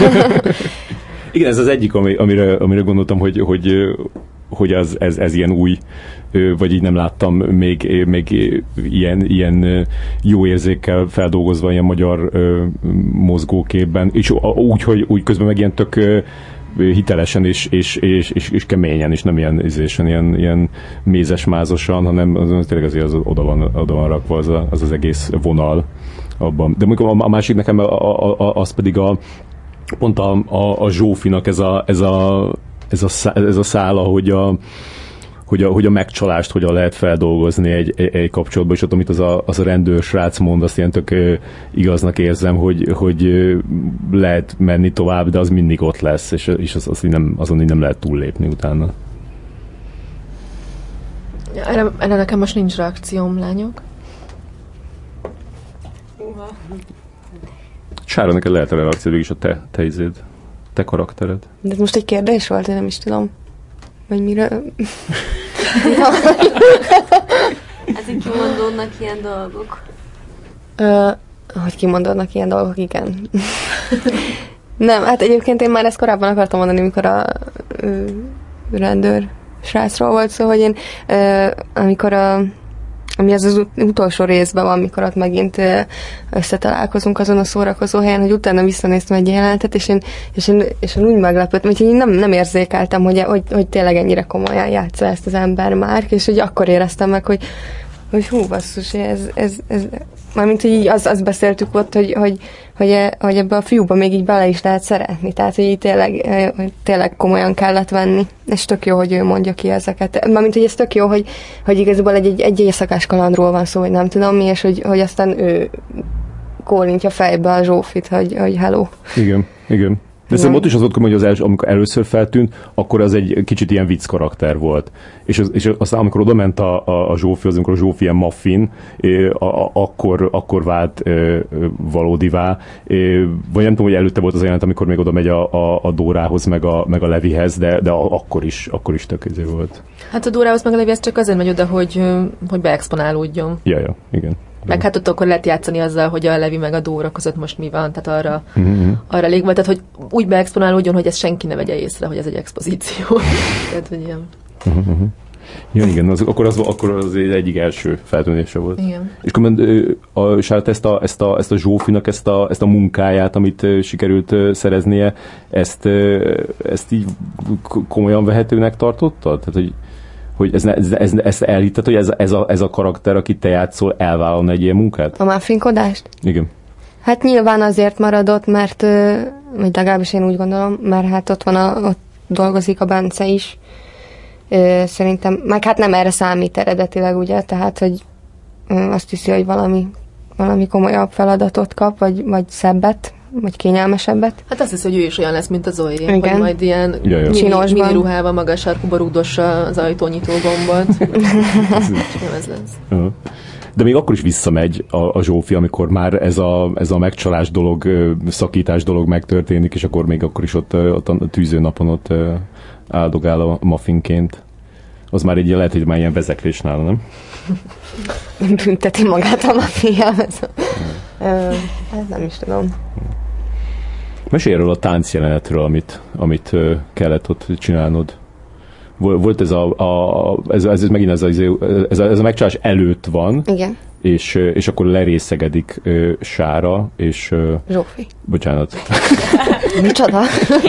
Igen, ez az egyik, amire, amire gondoltam, hogy, hogy, hogy az, ez, ez ilyen új, vagy így nem láttam még, még ilyen, ilyen jó érzékkel feldolgozva ilyen magyar mozgóképben, és úgy, hogy úgy közben meg ilyen tök hitelesen és, és, és, és, és keményen, és nem ilyen ízésen, ilyen, ilyen mézes-mázosan, hanem az, az tényleg azért az oda van, oda van rakva az, a, az az egész vonal abban. De mondjuk a, a másik nekem a, a, a, az pedig a pont a, a, a Zsófinak ez a, ez a, ez a, szá, ez a szála, hogy a Hogy a, hogy a megcsalást hogyan lehet feldolgozni egy, egy, egy kapcsolatban, és ott, amit az a, az a rendőr srác mond, azt ilyen tök ö, igaznak érzem, hogy, hogy ö, lehet menni tovább, de az mindig ott lesz, és, és az, az nem, azon így nem lehet túllépni utána. Erre, erre nekem most nincs reakcióm, lányok. Uha. Sára, neked lehet a reakció, is a te, te izéd, te karaktered. De ez most egy kérdés volt, én nem is tudom. Vagy mire... Hát így kimondódnak ilyen dolgok. Ö, hogy kimondódnak ilyen dolgok, igen. Nem, hát egyébként én már ezt korábban akartam mondani, amikor a ö, rendőr srácról volt szó, hogy én ö, amikor a ami az az utolsó részben van, amikor ott megint összetalálkozunk azon a szórakozó helyen, hogy utána visszanéztem egy jelentet, és én, és én, és én úgy meglepődtem, hogy én nem, nem érzékeltem, hogy, hogy, hogy tényleg ennyire komolyan játsza ezt az ember már, és hogy akkor éreztem meg, hogy, hogy hú, basszus, ez, ez, ez mármint, hogy így az, azt beszéltük ott, hogy, hogy, hogy, hogy ebbe a fiúba még így bele is lehet szeretni, tehát, hogy így tényleg, hogy tényleg komolyan kellett venni, és tök jó, hogy ő mondja ki ezeket. Mármint, hogy ez tök jó, hogy, hogy igazából egy, egy, egy éjszakás kalandról van szó, vagy nem tudom mi, és hogy, hogy aztán ő kólintja fejbe a Zsófit, hogy, hogy hello. Igen, igen. De szerintem ott is az volt, hogy az első, amikor először feltűnt, akkor az egy kicsit ilyen vicc karakter volt. És, az, és aztán amikor oda ment a, a, a Zsófi, az amikor a Zsófi ilyen muffin, a, a, akkor, akkor vált e, valódivá. E, vagy nem tudom, hogy előtte volt az jelent, amikor még oda megy a, a, a Dórához, meg a, meg a Levihez, de, de akkor is, akkor is tök izé volt. Hát a Dórához meg a Levihez csak azért megy oda, hogy, hogy beexponálódjon. Ja, ja, igen. Meg hát ott akkor lehet játszani azzal, hogy a Levi meg a Dóra között most mi van, tehát arra, uh-huh. arra elég volt, tehát hogy úgy beexponálódjon, hogy ezt senki ne vegye észre, hogy ez egy expozíció. Tehát, hogy ilyen. Uh-huh. Ja, igen, az, akkor, az, akkor az egyik első feltűnése volt. Igen. És akkor a, Sárat ezt a, ezt a, ezt a Zsófinak ezt a, ezt a munkáját, amit sikerült szereznie, ezt, ezt így komolyan vehetőnek tartottad? Tehát, hogy hogy ez, ez, ez, ezt elhitted, hogy ez, ez, a, ez a karakter, akit te játszol, elvállalna egy ilyen munkát? A muffinkodást? Igen. Hát nyilván azért maradott, mert, vagy legalábbis én úgy gondolom, mert hát ott van a, ott dolgozik a Bence is. Szerintem, meg hát nem erre számít eredetileg, ugye, tehát, hogy azt hiszi, hogy valami, valami komolyabb feladatot kap, vagy, vagy szebbet, vagy kényelmesebbet. Hát azt hisz, hogy ő is olyan lesz, mint a Zoe, igen. Hogy majd ilyen mini, mini ruhával magas sarkuba rúgdossa az ajtónyitó gombot. Nem ez lesz. Uh-huh. De még akkor is visszamegy a, a Zsófi, amikor már ez a, ez a megcsalás dolog, szakítás dolog megtörténik, és akkor még akkor is ott, ott a tűzőnapon ott áldogál a muffinként. Az már egy lehet, hogy már ilyen vezeklés nála, nem? Bünteti magát a maffiám. Ez, ez nem is tudom. Mesélj erről a táncjelenetről, amit, amit kellett ott csinálnod. Volt ez a, a ez, ez megint ez a, ez a, ez a megcsalás előtt van. Igen. És, és akkor lerészegedik uh, Sára, és... Uh, Zsófi. Bocsánat. Micsoda?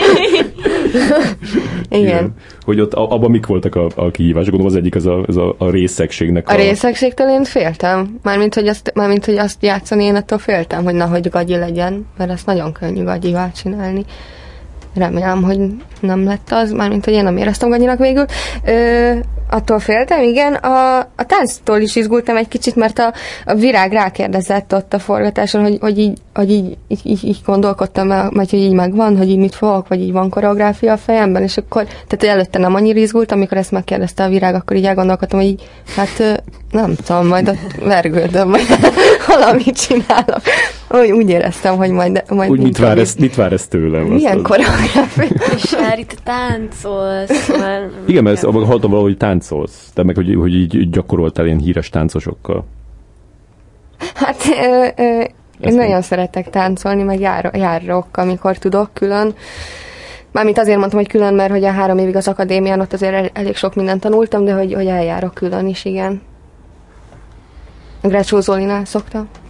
Igen. Igen. Hogy ott abban mik voltak a, a kihívások? Gondolom az egyik az a, az a, a részegségnek a... A részegségtől én féltem. Mármint hogy, azt, mármint, hogy azt játszani, én attól féltem, hogy nahogy gagyi legyen, mert ezt nagyon könnyű gagyivá csinálni. Remélem, hogy nem lett az, mármint, hogy én nem éreztem gagyinak végül. Ö, attól féltem, igen. A, a tánctól is izgultam egy kicsit, mert a, a Virág rákérdezett ott a forgatáson, hogy, hogy, így, hogy így, így, így, így gondolkodtam, vagy hogy így megvan, hogy így mit fogok, vagy így van koreográfia a fejemben, és akkor, tehát hogy előtte nem annyira izgultam, amikor ezt megkérdezte a Virág, akkor így elgondolkodtam, hogy így, hát nem tudom, majd ott vergődöm, majd valamit csinálok. Úgy, úgy éreztem, hogy majd... majd úgy mit vár, ezt, mit vár ezt tőlem? Milyen koreográfia? Sár, itt táncolsz. Már... Igen, mert hallottam valahogy, hogy táncolsz. De meg, hogy, hogy így gyakoroltál ilyen híres táncosokkal. Hát ö, ö, én nem. nagyon szeretek táncolni, meg jár, járok, amikor tudok külön. Mármint azért mondtam, hogy külön, mert hogy a három évig az akadémián ott azért elég sok mindent tanultam, de hogy, hogy eljárok külön is, igen. Grácsó Zolinál szoktam.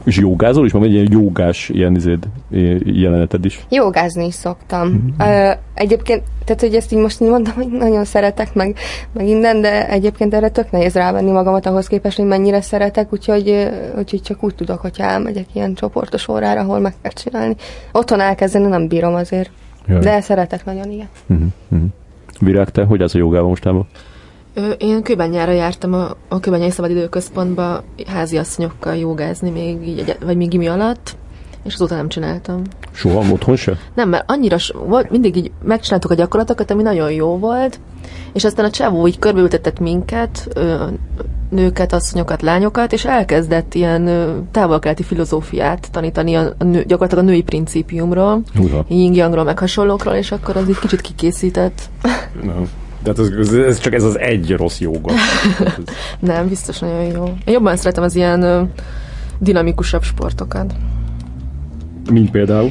És jogázol is? Van egy ilyen jogás ilyen izéd, jeleneted is? Jogázni is szoktam. Mm-hmm. Uh, egyébként, tehát hogy ezt így most így mondom, hogy nagyon szeretek, meg, meg minden, de egyébként erre tök nehéz rávenni magamat ahhoz képest, hogy mennyire szeretek, úgyhogy, úgyhogy csak úgy tudok, hogyha elmegyek ilyen csoportos órára, ahol meg kell csinálni. Otthon elkezdeni nem bírom azért, Jaj. de szeretek nagyon, igen. Mm-hmm. Virág, te hogy az a jogával mostában? Én Kőbányára jártam a, a Kőbányai Szabadidőközpontba háziasszonyokkal jogázni még így, vagy még gimi alatt, és azóta nem csináltam. Soha otthon se? Nem, mert annyira so, volt, mindig így megcsináltuk a gyakorlatokat, ami nagyon jó volt, és aztán a csávó így körbeültetett minket, nőket, asszonyokat, lányokat, és elkezdett ilyen távol-keleti filozófiát tanítani a, a nő, gyakorlatilag a női principiumról, yin-yangról, meg hasonlókról, és akkor az így kicsit kikészített. No. Tehát ez, ez csak ez az egy rossz jóga. Nem, biztos nagyon jó. Én jobban szeretem az ilyen ö, dinamikusabb sportokat. Mint például?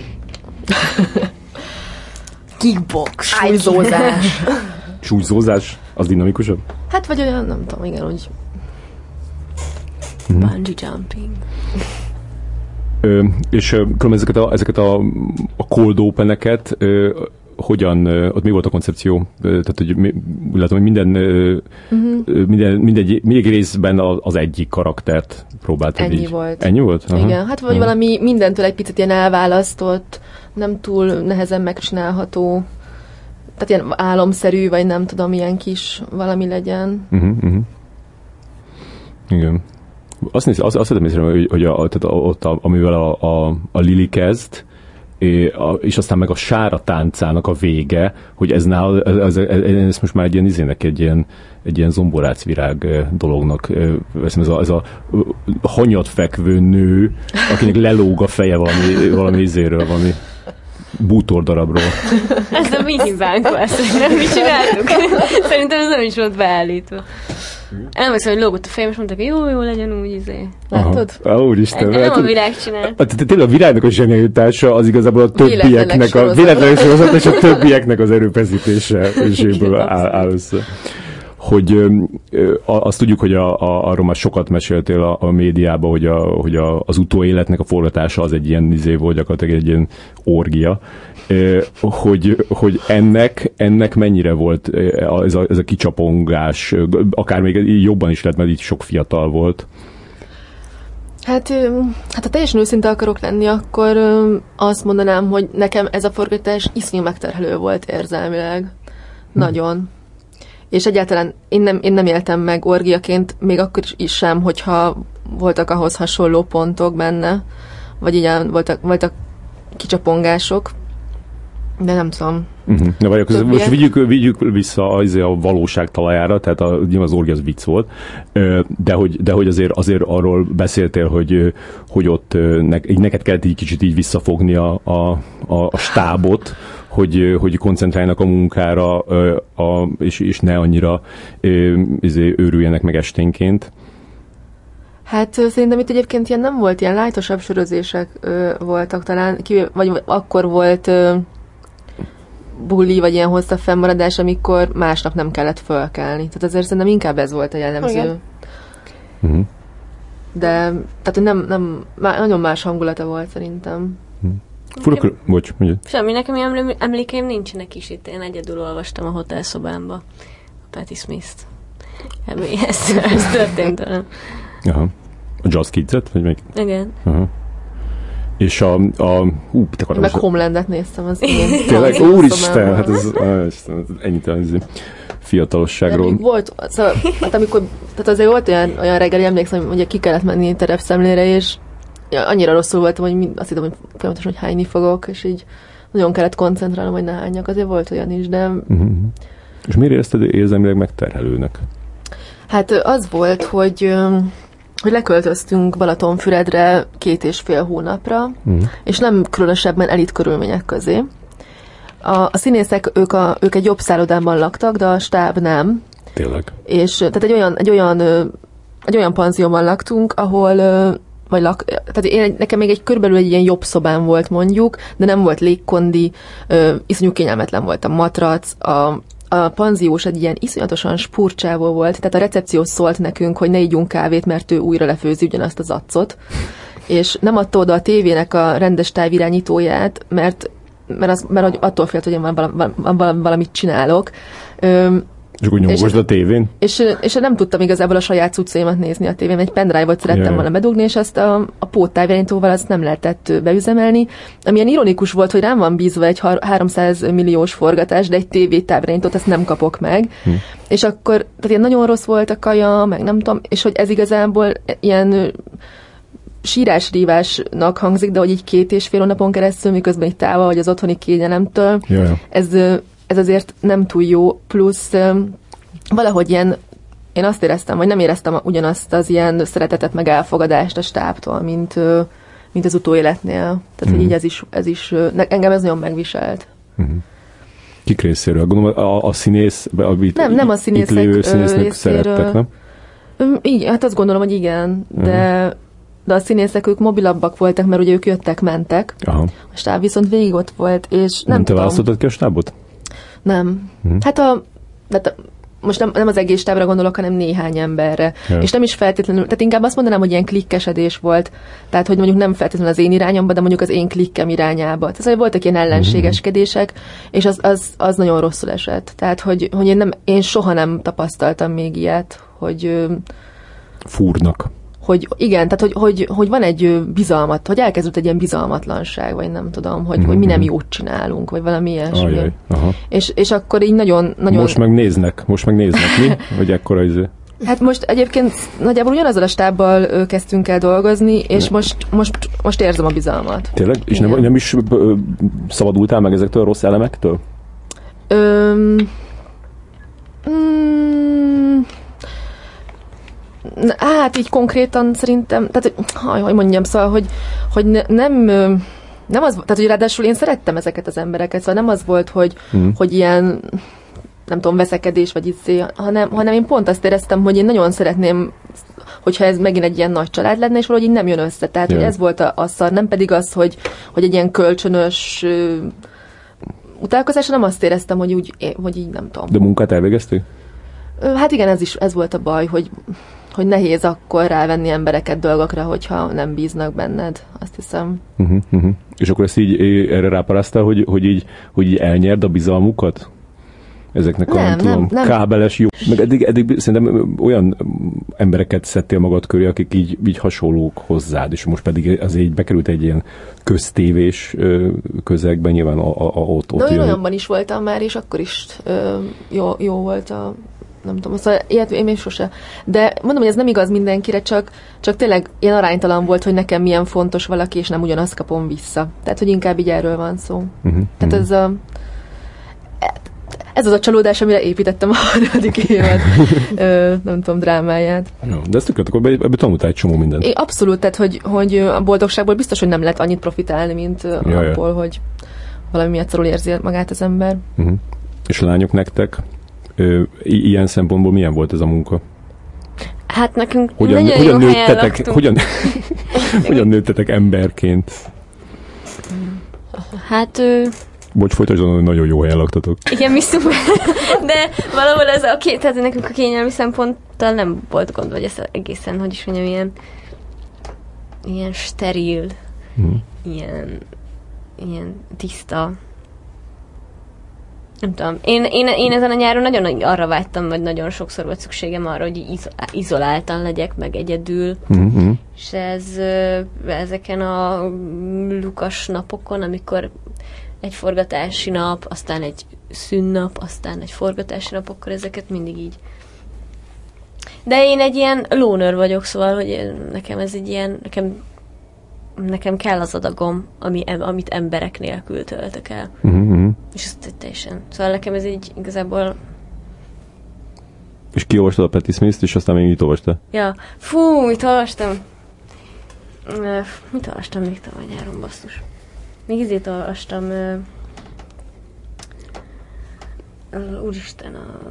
Kickbox, súlyzózás. Súlyzózás? Az dinamikusabb? Hát vagy olyan, nem tudom, igen, úgy... Hmm. Bungee jumping. Ö, és különben ezeket a, ezeket a, a cold openeket ö, hogyan, ott mi volt a koncepció? Tehát, hogy mi, látom, hogy minden, uh-huh. minden, mindegy, még részben az egyik karaktert próbáltad Ennyi így. volt. Ennyi volt? Aha. Igen, hát vagy uh-huh. valami mindentől egy picit ilyen elválasztott, nem túl nehezen megcsinálható, tehát ilyen álomszerű, vagy nem tudom, ilyen kis valami legyen. Uh-huh, uh-huh. Igen. Azt nézd, azt, azt hiszem, hogy, hogy a, tehát ott, a, amivel a, a, a Lili kezd, és aztán meg a sára táncának a vége, hogy ez nála, ez, ez, ez most már egy ilyen izének, egy ilyen, egy ilyen zomborácvirág dolognak veszem, ez a, ez a hanyatfekvő nő, akinek lelóg a feje valami, valami izéről, valami bútordarabról. Ez a mi hibánk lesz, nem mi csináltuk. Szerintem ez nem is volt beállítva. Elmegyszem, hogy lógott a fejem, és mondták, hogy jó, jó legyen úgy, izé. Látod? Ah, úristen. Nem a virág csinál. Tényleg a virágnak a zsenialitása az igazából a többieknek a véletlenek sorozat, és a többieknek az erőfeszítése áll, áll össze. Hogy ö, ö, azt tudjuk, hogy a, a, arról már sokat meséltél a, a médiában, hogy, a, hogy a, az utóéletnek a forgatása az egy ilyen izé volt, gyakorlatilag egy ilyen orgia. Ö, hogy, hogy ennek, ennek mennyire volt ez a, ez a kicsapongás, akár még jobban is lett, mert így sok fiatal volt. Hát, hát ha teljesen őszinte akarok lenni, akkor azt mondanám, hogy nekem ez a forgatás iszonyú megterhelő volt érzelmileg. Hm. Nagyon. És egyáltalán én nem, én nem éltem meg orgiaként, még akkor is sem, hogyha voltak ahhoz hasonló pontok benne, vagy ilyen voltak, voltak kicsapongások, de nem tudom. Uh-huh. Na, vagy akkor most vigyük, vigyük vissza az, a valóság talajára, tehát a, az orgia az vicc volt, de hogy, de hogy azért, azért arról beszéltél, hogy, hogy ott ne, neked kellett így kicsit így visszafogni a, a, a stábot, hogy, hogy koncentráljanak a munkára, a, és, és ne annyira izé, őrüljenek meg esténként. Hát szerintem itt egyébként ilyen nem volt, ilyen lájtosabb sörözések ö, voltak talán, kivéve, vagy akkor volt ö, buli, vagy ilyen hosszabb fennmaradás, amikor másnap nem kellett fölkelni. Tehát azért szerintem inkább ez volt a jellemző. Uh-huh. De, tehát nem, nem, má, nagyon más hangulata volt szerintem. Uh-huh. Fura, bocs, mondjad. Semmi, nekem ilyen emlékeim nincsenek is itt. Én egyedül olvastam a hotelszobámba a Patti Smith-t. Ez, ez történt velem. Aha. A Just Kids-et? Vagy még? Igen. Aha. És a... a hú, te meg Homelandet néztem az én. Tényleg? Úristen! Hát ez, ennyit az fiatalosságról. Nem, volt, szóval, hát amikor, tehát azért volt olyan, olyan reggeli, emlékszem, hogy ugye ki kellett menni terepszemlére, és annyira rosszul voltam, hogy mind, azt hittem, hogy folyamatosan, hogy hányni fogok, és így nagyon kellett koncentrálnom, hogy ne hányak. Azért volt olyan is, de... Uh-huh. És miért érezted érzelmileg megterhelőnek? Hát az volt, hogy... hogy leköltöztünk Balatonfüredre két és fél hónapra, uh-huh. és nem különösebben elit körülmények közé. A, a színészek, ők, a, ők egy jobb szállodában laktak, de a stáb nem. Tényleg. És tehát egy olyan, egy olyan, egy olyan panzióban laktunk, ahol, vagy lak, tehát én, nekem még egy körülbelül egy ilyen jobb szobám volt mondjuk, de nem volt légkondi, iszonyú kényelmetlen volt a matrac, a A panziós egy ilyen iszonyatosan spurcsávó volt, tehát a recepció szólt nekünk, hogy ne ígyunk kávét, mert ő újra lefőzi ugyanazt az accot. és nem adta oda a tévének a rendes távirányítóját, mert, mert, az, mert attól félt, hogy én val- val- valamit csinálok. Öm, és akkor nyomogosd a tévén? És, és nem tudtam igazából a saját cuccaimat nézni a tévén, egy pendrive-ot szerettem yeah. volna bedugni, és azt a, a póttávirányítóval azt nem lehetett beüzemelni. Amilyen ironikus volt, hogy rám van bízva egy háromszáz milliós forgatás, de egy tévétávirányítót azt nem kapok meg. Hm. És akkor, tehát ilyen nagyon rossz volt a kaja, meg nem tudom, és hogy ez igazából ilyen sírás-rívásnak hangzik, de hogy így két és fél hónapon keresztül, miközben így távol vagy az otthoni kényelemtől, yeah. ez, ez azért nem túl jó, plusz valahogy ilyen, én azt éreztem, vagy nem éreztem ugyanazt az ilyen szeretetet meg elfogadást a stábtól, mint, mint az utóéletnél. Tehát, mm-hmm. hogy így ez is, ez is, engem ez nagyon megviselt. Mm-hmm. Kik részéről? Gondolom, a, a színész, amit nem, nem a színészek itt lévő színésznek szerettek, nem? Így, hát azt gondolom, hogy igen, de mm-hmm. de a színészek ők mobilabbak voltak, mert ugye ők jöttek, mentek. Aha. A stáb viszont végig ott volt, és nem, nem te választottad ki a stábot? Nem. Hmm. Hát a, de most nem, nem az egész stábra gondolok, hanem néhány emberre. Ja. És nem is feltétlenül, tehát inkább azt mondanám, hogy ilyen klikkesedés volt. Tehát, hogy mondjuk nem feltétlenül az én irányomba, de mondjuk az én klikkem irányába. Tehát voltak ilyen ellenségeskedések, és az, az, az nagyon rosszul esett. Tehát, hogy, hogy én, nem, én soha nem tapasztaltam még ilyet, hogy fúrnak. Hogy igen, tehát hogy, hogy, hogy van egy bizalmat, hogy elkezdődött egy ilyen bizalmatlanság, vagy nem tudom, hogy, mm-hmm. hogy mi nem jót csinálunk, vagy valami ilyesmi. Ajaj, aha. És, és akkor így nagyon, nagyon... Most meg néznek, most meg néznek, mi? Hogy ekkora izé. Hát most egyébként nagyjából ugyanazzal a stábbal kezdtünk el dolgozni, és most, most, most érzem a bizalmat. Tényleg? És nem, nem is ö, szabadultál meg ezektől a rossz elemektől? Öm... Mm, hát így konkrétan szerintem, tehát, hogy, hogy mondjam, szóval, hogy, hogy ne, nem, nem az, tehát, hogy ráadásul én szerettem ezeket az embereket, szóval nem az volt, hogy, hmm. hogy ilyen, nem tudom, veszekedés, vagy izzé, hanem, hanem én pont azt éreztem, hogy én nagyon szeretném, hogyha ez megint egy ilyen nagy család lenne, és valahogy így nem jön össze. Tehát, yeah. hogy ez volt a, a szar, nem pedig az, hogy, hogy egy ilyen kölcsönös uh, utálkozásra nem azt éreztem, hogy úgy, hogy így nem tudom. De munkát elvégeztük? Hát igen, ez is, ez volt a baj, hogy hogy nehéz akkor rávenni embereket dolgokra, hogyha nem bíznak benned, azt hiszem. Uh-huh, uh-huh. És akkor ezt így erre ráparáztál, hogy, hogy, így, hogy így elnyerd a bizalmukat? Ezeknek nem, a nem, tudom, nem. kábeles jó... Meg eddig, eddig szerintem olyan embereket szedtél magad köré, akik így, így hasonlók hozzád, és most pedig azért így bekerült egy ilyen köztévés közegben, nyilván a, a, a, ott, ott de olyan olyanban is voltam már, és akkor is ö, jó, jó volt a nem tudom, szóval ilyet én még sose. De mondom, hogy ez nem igaz mindenkire, csak, csak tényleg ilyen aránytalan volt, hogy nekem milyen fontos valaki, és nem ugyanazt kapom vissza. Tehát, hogy inkább így erről van szó. Uh-huh, Tehát uh-huh. ez a ez az a csalódás, amire építettem a harmadik évad, ö, nem tudom, drámáját. Jó, de ezt tökéletes, akkor ebből tanultál egy csomó mindent. É, abszolút, tehát, hogy, hogy a boldogságból biztos, hogy nem lehet annyit profitálni, mint ja, abból, ja. hogy valami miatt szarul érzi magát az ember. Uh-huh. És a lányok nektek? Ö, i- ilyen szempontból milyen volt ez a munka? Hát nekünk hogyan, nagyon hogyan jó nőttetek, hogyan, hogyan nőttetek emberként? Hát... Ö... Bocs, folytasd, hogy nagyon jó helyen laktatok. Igen, mi szuper. De valahol ez a két, tehát nekünk a kényelmi szemponttal nem volt gond, vagy ez egészen, hogy is mondjam, ilyen ilyen steril, hmm. ilyen ilyen tiszta. Nem tudom. Én, én, én ezen a nyáron nagyon arra vágytam, vagy nagyon sokszor volt szükségem arra, hogy izoláltan legyek, meg egyedül. Mm-hmm. És ez ezeken a lukas napokon, amikor egy forgatási nap, aztán egy szünnap, aztán egy forgatási nap, akkor ezeket mindig így. De én egy ilyen loner vagyok, szóval, hogy nekem ez egy ilyen, nekem nekem kell az adagom, ami, amit emberek nélkül töltök el. Uh-huh. És ez teljesen. Szóval nekem ez így igazából... És kiolvastad a Patti Smith-t, és aztán még mit olvastál? Ja. Fú, mit olvastam? Mit olvastam még tavaly nyáron, basszus? Még izét olvastam... Uh, úristen, a...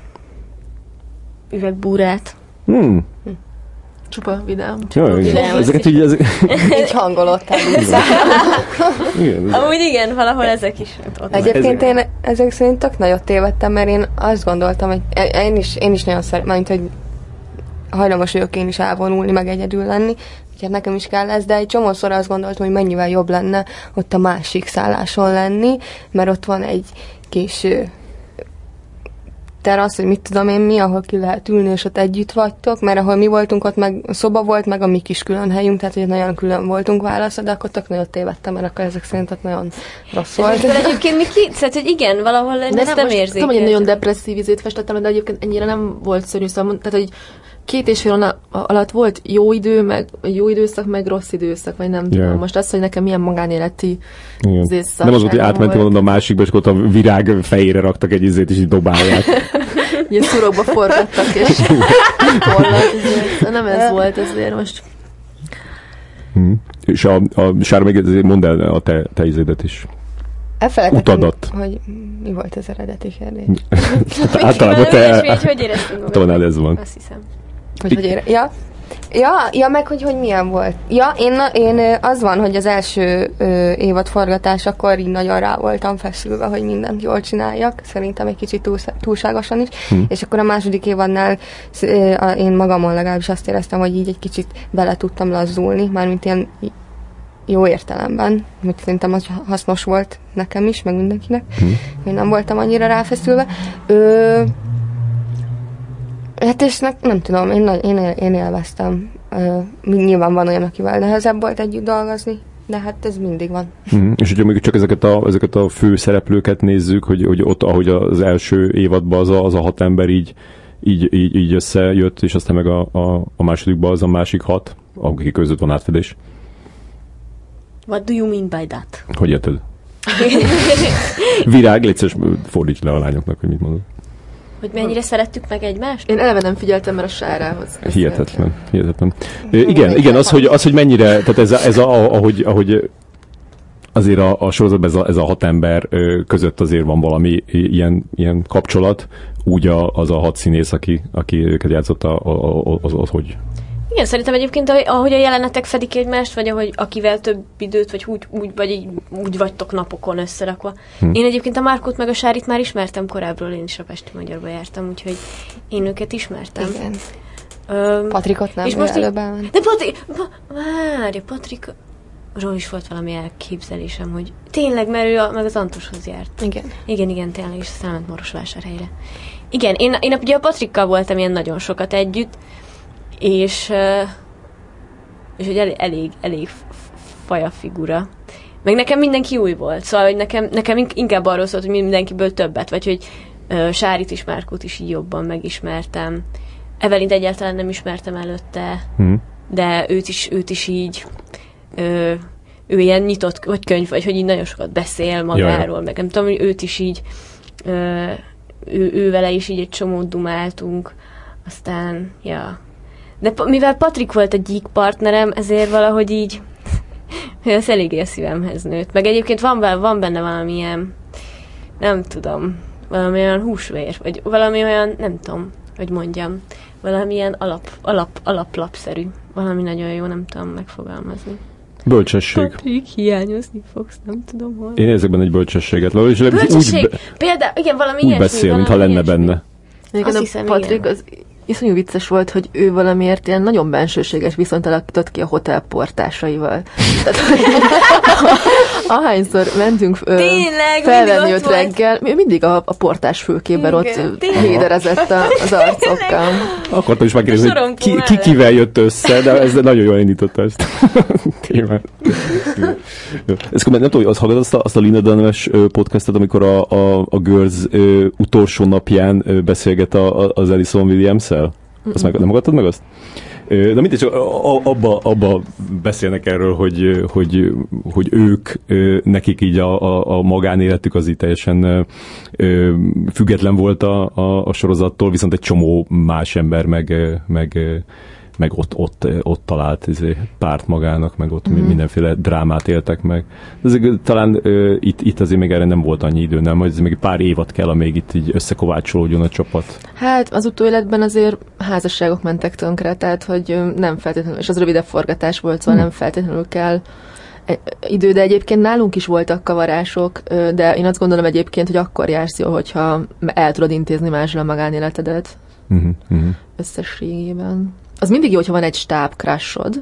üvegbúrát. Hmm. Hm. Csupa vidám. Jó, vidám. Ezeket így... Ezek... így hangolódtál. Igen. Amúgy igen, valahol ezek is. Ott Egyébként én ezek szerint tök nagyot tévedtem, mert én azt gondoltam, hogy én is, én is nagyon szeretem, mint hogy hajlamos vagyok én is elvonulni, meg egyedül lenni, hogy nekem is kell ez, de egy csomószor azt gondoltam, hogy mennyivel jobb lenne ott a másik szálláson lenni, mert ott van egy kis terasz, hogy mit tudom én mi, ahol ki lehet ülni, és ott együtt vagytok, mert ahol mi voltunk, ott meg szoba volt, meg a mi kis külön helyünk, tehát hogy nagyon külön voltunk válaszra, de akkor tök nagyon tévedtem, mert akkor ezek szerint ott nagyon rossz volt. De egyébként mi ki, szóval, hogy igen, valahol én ezt nem érzékeltem. Tudom, hogy egy nagyon depresszív izét festettem, de egyébként ennyire nem volt szörnyű, szóval, tehát, hogy két és fél hónap alatt volt jó idő, meg jó időszak, meg rossz időszak, vagy nem yeah. tudom. Most az, hogy nekem milyen magánéleti izészak. Nem az volt, hogy átmentél volna a másikba, és ott a virág fejére raktak egy izét, és így dobálják. Ilyen szurokba forgattak, és tollat, nem ez volt ezért most. Hmm. És a, a Sára, még mondd el a te, te izédet is. Utadat. Hogy mi volt az eredeti kérdés? Általában te... Hogy éreztünk? Talán ez van. Azt hiszem. Hogy hogy ére... Ja. Ja, ja, meg hogy, hogy milyen volt. Ja, én, én az van, hogy az első ö, évad forgatásakor így nagyon rá voltam feszülve, hogy mindent jól csináljak. Szerintem egy kicsit túl, túlságosan is. Hm. És akkor a második évadnál ö, én magamon legalábbis azt éreztem, hogy így egy kicsit bele tudtam lazzulni, mármint ilyen jó értelemben, hogy szerintem az hasznos volt nekem is, meg mindenkinek, hm. hogy nem voltam annyira ráfeszülve. Ö, hát és ne, nem tudom, én, én, én élveztem. Ö, nyilván van olyan, akivel nehezebb volt együtt dolgozni, de hát ez mindig van. Hm. És hogyha még csak ezeket a, ezeket a fő szereplőket nézzük, hogy, hogy ott, ahogy az első évadban az a, az a hat ember így, így, így, így összejött, és aztán meg a, a, a másodikban az a másik hat, akik között van átfedés. What do you mean by that? Hogy érted? Virág, légy szíves, fordíts le a lányoknak, hogy mit mondod. Hogy mennyire szerettük meg egymást? Én eleve nem figyeltem, mert a Sárához. Hihetetlen, hihetetlen. E, igen, igen, az, hogy, az, hogy mennyire, tehát ez, a, ez a, ahogy, ahogy azért a, a sorozatban ez a, ez a hat ember között azért van valami ilyen, ilyen kapcsolat, úgy a, az a hat színész, aki, aki őket játszott, a, a, az, az, az, hogy... Igen, szerintem egyébként, ahogy a jelenetek fedik egymást, vagy ahogy akivel több időt, vagy úgy, úgy, vagy így, úgy vagytok napokon összerakva. Hm. Én egyébként a Márkót meg a Sárit már ismertem korábbról, én is a Pesti Magyarba jártam, úgyhogy én őket ismertem. Igen. Öm, Patrikot nem, és most előbb elment. De Patrik, pa, várja, Patrikról is volt valami elképzelésem, hogy tényleg, mert ő a, meg az Antoshoz járt. Igen. Igen, igen, tényleg, és aztán ment Marosvásárhelyre. Igen, én, én ugye a Patrikkal voltam ilyen nagyon sokat együtt, és, és hogy elég, elég, elég faja figura. Meg nekem mindenki új volt, szóval hogy nekem, nekem inkább arról szólt, hogy mindenkiből többet, vagy hogy uh, Sárit is, Márkót is így jobban megismertem. Evelint egyáltalán nem ismertem előtte, hmm. de őt is, őt is így uh, ő ilyen nyitott, vagy könyv, vagy hogy így nagyon sokat beszél magáról, Jaj. meg nem tudom, hogy őt is így uh, ő, ő vele is így egy csomót dumáltunk, aztán, ja... De mivel Patrik volt a gyík partnerem, ezért valahogy így ez eléggé a szívemhez nőtt. Meg egyébként van, van benne valamilyen, nem tudom, valami olyan húsvér, vagy valami olyan, nem tudom, hogy mondjam, valamilyen alap, alap, alaplapszerű. Valami nagyon jó, nem tudom megfogalmazni. Bölcsesség. Patrik, hiányozni fogsz, nem tudom hol. Én érzek benne egy bölcsességet. Bölcsesség? Úgy, Például, igen, valami úgy ilyesmi. Úgy beszél, mintha lenne ilyesmi. Benne. Azt hiszem, Patrik, igen. Az iszonyú vicces volt, hogy ő valamiért ilyen nagyon bensőséges viszont alakított ki a hotel portásaival. Tehát, ahányszor mentünk ö, Tényleg, felvenni őt reggel, mindig a, a portás főkében ott héderezett az arcokkal. Akartam is megkérdezni, hogy ki, ki kivel jött össze, de ez nagyon jól indította ezt. Témát. Ezt nem tudom, az hallgatod azt a, azt a Lina Dunham-es podcastet, amikor a, a, a Girls ö, utolsó napján ö, beszélget a, a, az Alison Williams-szel? Azt meg, nem hallgattad meg azt? De mindegy, csak abba, abba beszélnek erről, hogy, hogy, hogy ők, nekik így a, a, a magánéletük az így teljesen független volt a, a, a sorozattól, viszont egy csomó más ember meg, meg, meg ott, ott, ott talált párt magának, meg ott mm. mindenféle drámát éltek meg. Ez, talán uh, itt, itt azért még erre nem volt annyi idő, nem? Hogy ez még pár évad kell, amíg itt így összekovácsolódjon a csapat. Hát az utóéletben azért házasságok mentek tönkre, tehát hogy nem feltétlenül, és az rövidebb forgatás volt, szóval mm. nem feltétlenül kell idő, de egyébként nálunk is voltak kavarások, de én azt gondolom egyébként, hogy akkor jársz jól, hogyha el tudod intézni mással a magánéletedet. Mm-hmm. Összességében. Az mindig jó, hogyha van egy stáb crushod,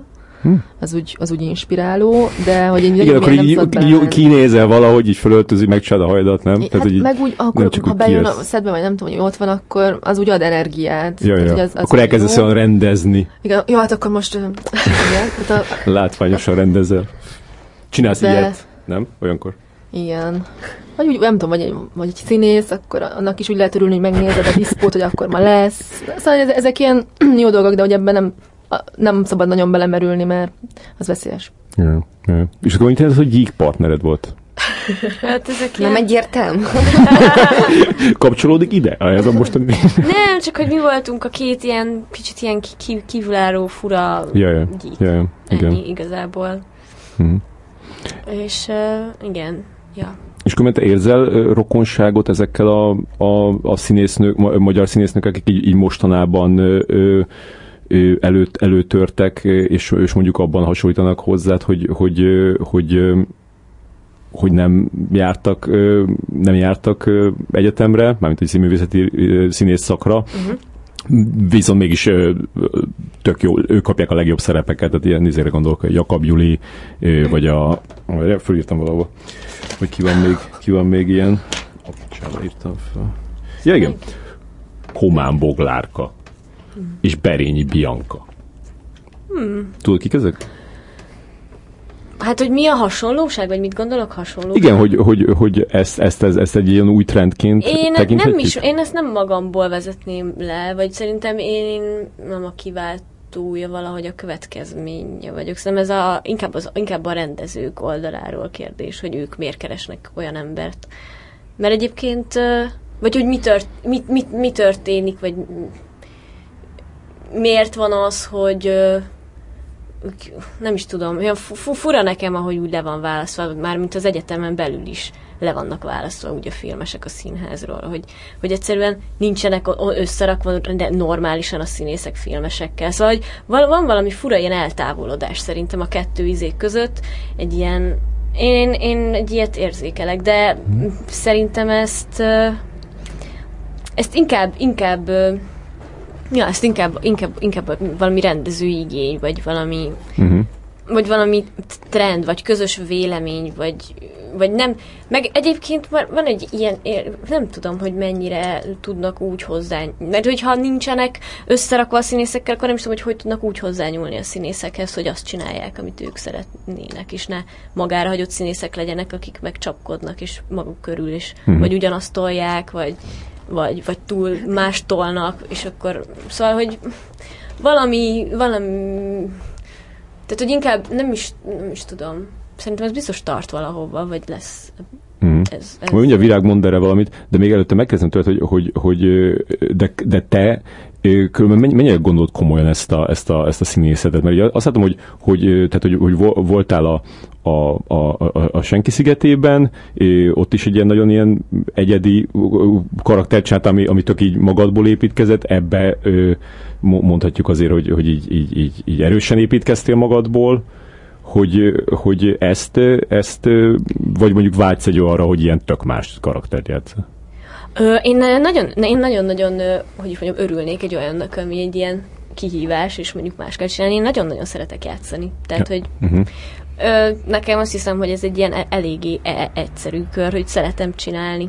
hm. az, úgy, az úgy inspiráló, de hogy én igen, akkor így, így kinézel valahogy, így fölöltözi, megcsinálod a hajdat, nem? Hát Tehát, így, meg úgy, akkor, ha bejön a szedbe, vagy nem tudom, hogy ott van, akkor az úgy ad energiát. Ja, ja. Tehát, az, az akkor elkezdesz olyan rendezni. Igen, jó, hát akkor most... igen, hát a... Látványosan rendezel. Csinálsz de... ilyet, nem? Olyankor. Igen. Vagy úgy, nem tudom, vagy egy, vagy egy színész, akkor annak is úgy lehet örülni, hogy megnézed a diszkót, hogy akkor ma lesz. Szóval ezek ilyen jó dolgok, de hogy ebben nem, nem szabad nagyon belemerülni, mert az veszélyes. Ja, ja. És akkor mit jelent, hogy gyík partnered volt? Hát ezek nem egyértelmű. Kapcsolódik ide? Ez a mostani... Nem, csak hogy mi voltunk a két ilyen kicsit ilyen kívülálló fura ja, ja. gyík. Ja, ja. Igen. Ennyi igazából. Hmm. És uh, igen, ja. És akkor te érzel rokonságot ezekkel a, a, a színésznők, a magyar színésznők, akik így, így mostanában ö, ö, előtt, előtörtek, és, és mondjuk abban hasonlítanak hozzád, hogy, hogy, hogy, hogy nem jártak, nem jártak egyetemre, mármint egy színművészeti színész szakra, uh-huh. Viszont mégis tök jó, ők kapják a legjobb szerepeket, tehát ilyen nézére gondolok, hogy Jakab Juli, vagy a... Fölírtam valahol, hogy ki van még, ki van még ilyen. Apcsába írtam fel. Ja, igen. Komán Boglárka és Berényi Bianca. Hmm. Tudod, kik ezek? Hát, hogy mi a hasonlóság, vagy mit gondolok hasonló? Igen, hogy, hogy, hogy ezt, ezt, ezt, ezt egy ilyen új trendként én tekinthetjük? Nem is, én ezt nem magamból vezetném le, vagy szerintem én nem a kiváltója valahogy a következménye vagyok. Szerintem ez a, inkább, az, inkább a rendezők oldaláról kérdés, hogy ők miért keresnek olyan embert. Mert egyébként, vagy hogy mi, tört, mi, mi, mi történik, vagy miért van az, hogy... nem is tudom, olyan fura nekem, ahogy úgy le van választva, mármint az egyetemen belül is le vannak választva úgy a filmesek a színházról, hogy, hogy egyszerűen nincsenek összerakva de normálisan a színészek filmesekkel. Szóval, hogy van valami fura ilyen eltávolodás szerintem a kettő izék között, egy ilyen, én, én egy ilyet érzékelek, de szerintem ezt ezt inkább, inkább ja, ezt inkább, inkább, inkább valami rendezői igény, vagy valami, uh-huh. vagy valami trend, vagy közös vélemény, vagy, vagy nem. Meg egyébként van egy ilyen, nem tudom, hogy mennyire tudnak úgy hozzá, mert hogyha nincsenek összerakva a színészekkel, akkor nem is tudom, hogy hogy tudnak úgy hozzányúlni a színészekhez, hogy azt csinálják, amit ők szeretnének, és ne magára hagyott színészek legyenek, akik megcsapkodnak, és maguk körül is, uh-huh. vagy ugyanazt tolják, vagy Vagy, vagy túl más tolnak, és akkor, szóval, hogy valami, valami, tehát, hogy inkább nem is, nem is tudom, szerintem ez biztos tart valahova, vagy lesz mm. ez. ez. Mondja, Virág, mondd erre valamit, de még előtte megkezdem tőled, hogy, hogy, hogy de, de te különben mennyire gondolod komolyan ezt a, ezt a, ezt a színészetet? Mert azt látom, hogy, hogy, tehát, hogy, hogy voltál a, a, a, a, a Senki szigetében, ott is egy ilyen nagyon ilyen egyedi karaktert csinált, ami, ami tök így magadból építkezett, ebbe mondhatjuk azért, hogy, hogy így, így, így, így erősen építkeztél magadból, hogy, hogy ezt, ezt, vagy mondjuk vágysz egy arra, hogy ilyen tök más karaktert játszol? Ö, én nagyon, én nagyon-nagyon, hogy mondjam, örülnék egy olyannak, ami egy ilyen kihívás, és mondjuk más kell csinálni. Én nagyon-nagyon szeretek játszani. Tehát, ja. hogy uh-huh. ö, nekem azt hiszem, hogy ez egy ilyen eléggé e- egyszerű kör, hogy szeretem csinálni.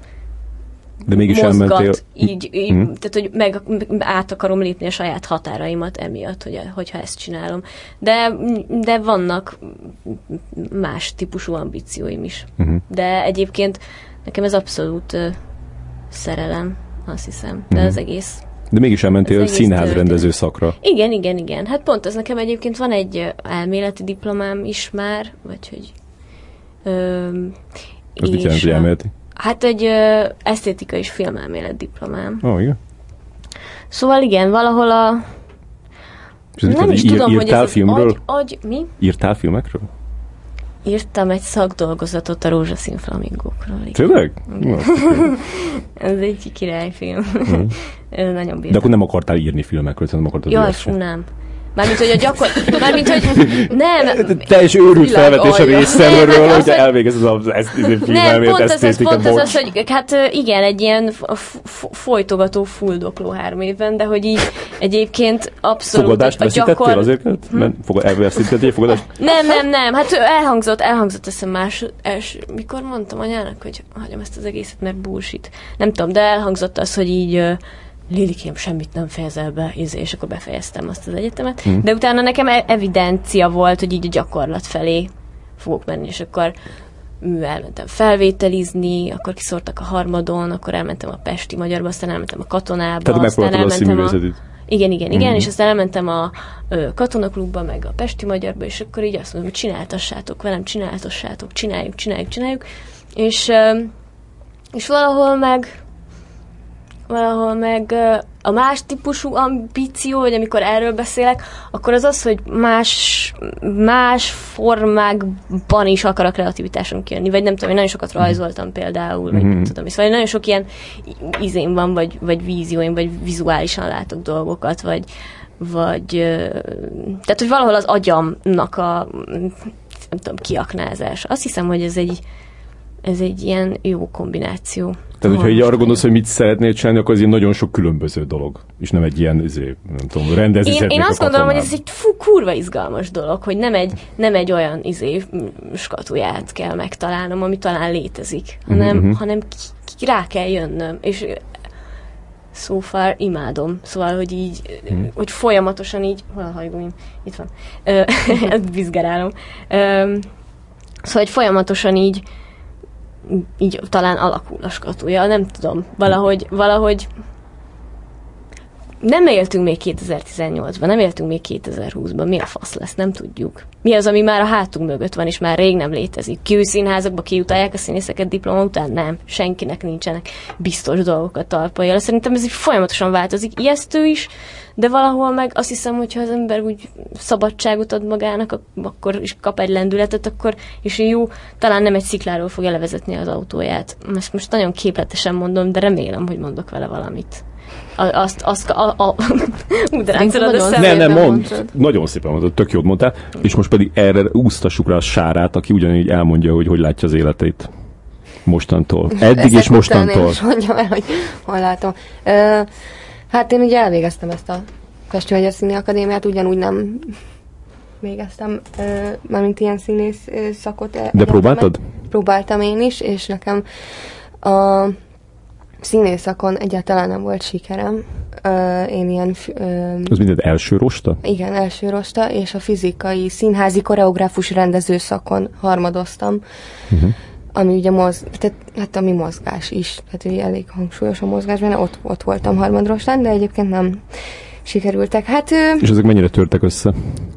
De mégis mozgat, elmentél... így, így uh-huh. tehát, hogy meg át akarom lépni a saját határaimat emiatt, hogy, hogyha ezt csinálom. De, de vannak más típusú ambícióim is. Uh-huh. De egyébként nekem ez abszolút uh, szerelem, azt hiszem. De uh-huh. az egész... De mégis elmentél színházrendező szakra. Igen, igen, igen. Hát pont az nekem egyébként van egy elméleti diplomám is már, vagy hogy... Ö, az mit jelent, hogy elméleti? Hát egy ö, esztétika és filmelmélet diplomám. Ó, oh, igen. Szóval igen, valahol a... Nem is ír, tudom, hogy ez filmről? Agy, agy, mi? Írtál filmekről? Írtam egy szakdolgozatot a rózsaszín flamingókról. Tényleg? Ez egy királyfilm. Mm. Ez nagyon bírtam. De akkor nem akartál írni filmekről, nem akartad Jaj, fú, nem. Mármint, hogy a gyakor... Mármint, hogy... Nem! Te is őrült felvetés a részemről, hogyha elvégezed az esztétikai filmelmét, pont az, az, pont az, az, hogy hát igen, egy ilyen folytogató fuldokló három évben, de hogy így Egyébként abszolút Fogadást a veszítettél gyakor... azért? Hm? Fogad, elveszítettél fogadást? Nem, nem, nem. Hát elhangzott, elhangzott eszem más, els, mikor mondtam anyának, hogy hagyom ezt az egészet, mert bullshit. Nem tudom, de elhangzott az, hogy így uh, Lilikém, semmit nem fejezel be, és akkor befejeztem azt az egyetemet. Hmm. De utána nekem evidencia volt, hogy így a gyakorlat felé fogok menni, és akkor elmentem felvételizni, akkor kiszórtak a harmadon, akkor elmentem a Pesti Magyarba, aztán elmentem a Katonába. Tehát aztán elmentem a... Igen, igen, igen, mm-hmm. és aztán elmentem a ö, Katonaklubba, meg a Pesti Magyarba, és akkor így azt mondom, hogy csináltassátok velem, csináltassátok, csináljuk, csináljuk, csináljuk, és, ö, és valahol meg valahol meg a más típusú ambíció, hogy amikor erről beszélek, akkor az az, hogy más, más formákban is akar a kreativitáson kijönni, vagy nem tudom, én nagyon sokat rajzoltam például, vagy nem tudom, szóval nagyon sok ilyen izém van, vagy, vagy vízióim, vagy vizuálisan látok dolgokat, vagy, vagy tehát, hogy valahol az agyamnak a nem tudom, kiaknázása. Azt hiszem, hogy ez egy ez egy ilyen jó kombináció. Tehát, hogyha így arra gondolsz, hogy mit szeretnél csinálni, akkor ez egy nagyon sok különböző dolog. És nem egy ilyen, ezért, nem tudom, rendezni Én, én azt gondolom, hogy ez egy fú, kurva izgalmas dolog, hogy nem egy, nem egy olyan izé, skatuját kell megtalálnom, ami talán létezik, hanem, uh-huh. hanem ki, ki rá kell jönnöm. És so far imádom. Szóval, hogy így, uh-huh. hogy folyamatosan így, hol a hajgóim? Itt van. Ezt bizgerálom. Szóval, hogy folyamatosan így így talán alakul a skatuja, nem tudom, valahogy, valahogy nem éltünk még kétezer-tizennyolcban, nem éltünk még kétezer-húszban, mi a fasz lesz, nem tudjuk. Mi az, ami már a hátunk mögött van, és már rég nem létezik. Kiújszínházakba kiutalják a színészeket diploma után? Nem. Senkinek nincsenek biztos dolgok a talpajára. Szerintem ez így folyamatosan változik. Ijesztő is, de valahol meg azt hiszem, hogyha az ember úgy szabadságot ad magának, akkor is kap egy lendületet, akkor és jó, talán nem egy szikláról fogja levezetni az autóját. Ezt most nagyon képletesen mondom, de remélem, hogy mondok vele valamit. Azt, azt, a, a, úgy ráncolod a személybe. Nem, nem, mond, nagyon szépen mondod, tök jót mondtál, és most pedig erre úsztassuk rá a Sárát, aki ugyanígy elmondja, hogy hogy látja az életét mostantól. Eddig Ezek és mostantól. Most mondjam el, hogy hol látom. Uh, hát én ugye elvégeztem ezt a Pesti Magyar Színi Akadémiát, ugyanúgy nem végeztem, uh, mármint ilyen színész uh, szakot. De egyetemet. Próbáltad? Próbáltam én is, és nekem a színészakon egyáltalán nem volt sikerem. Uh, én ilyen... Uh, az mindent első rosta? Igen, első rosta, és a fizikai, színházi koreográfus rendező szakon harmadoztam, uh-huh. ami ugye moz... Tehát, hát ami mozgás is, tehát ugye elég hangsúlyos a mozgás benne, ott, ott voltam harmadrostán, de egyébként nem sikerültek. Hát... Uh, és ezek mennyire törtek össze?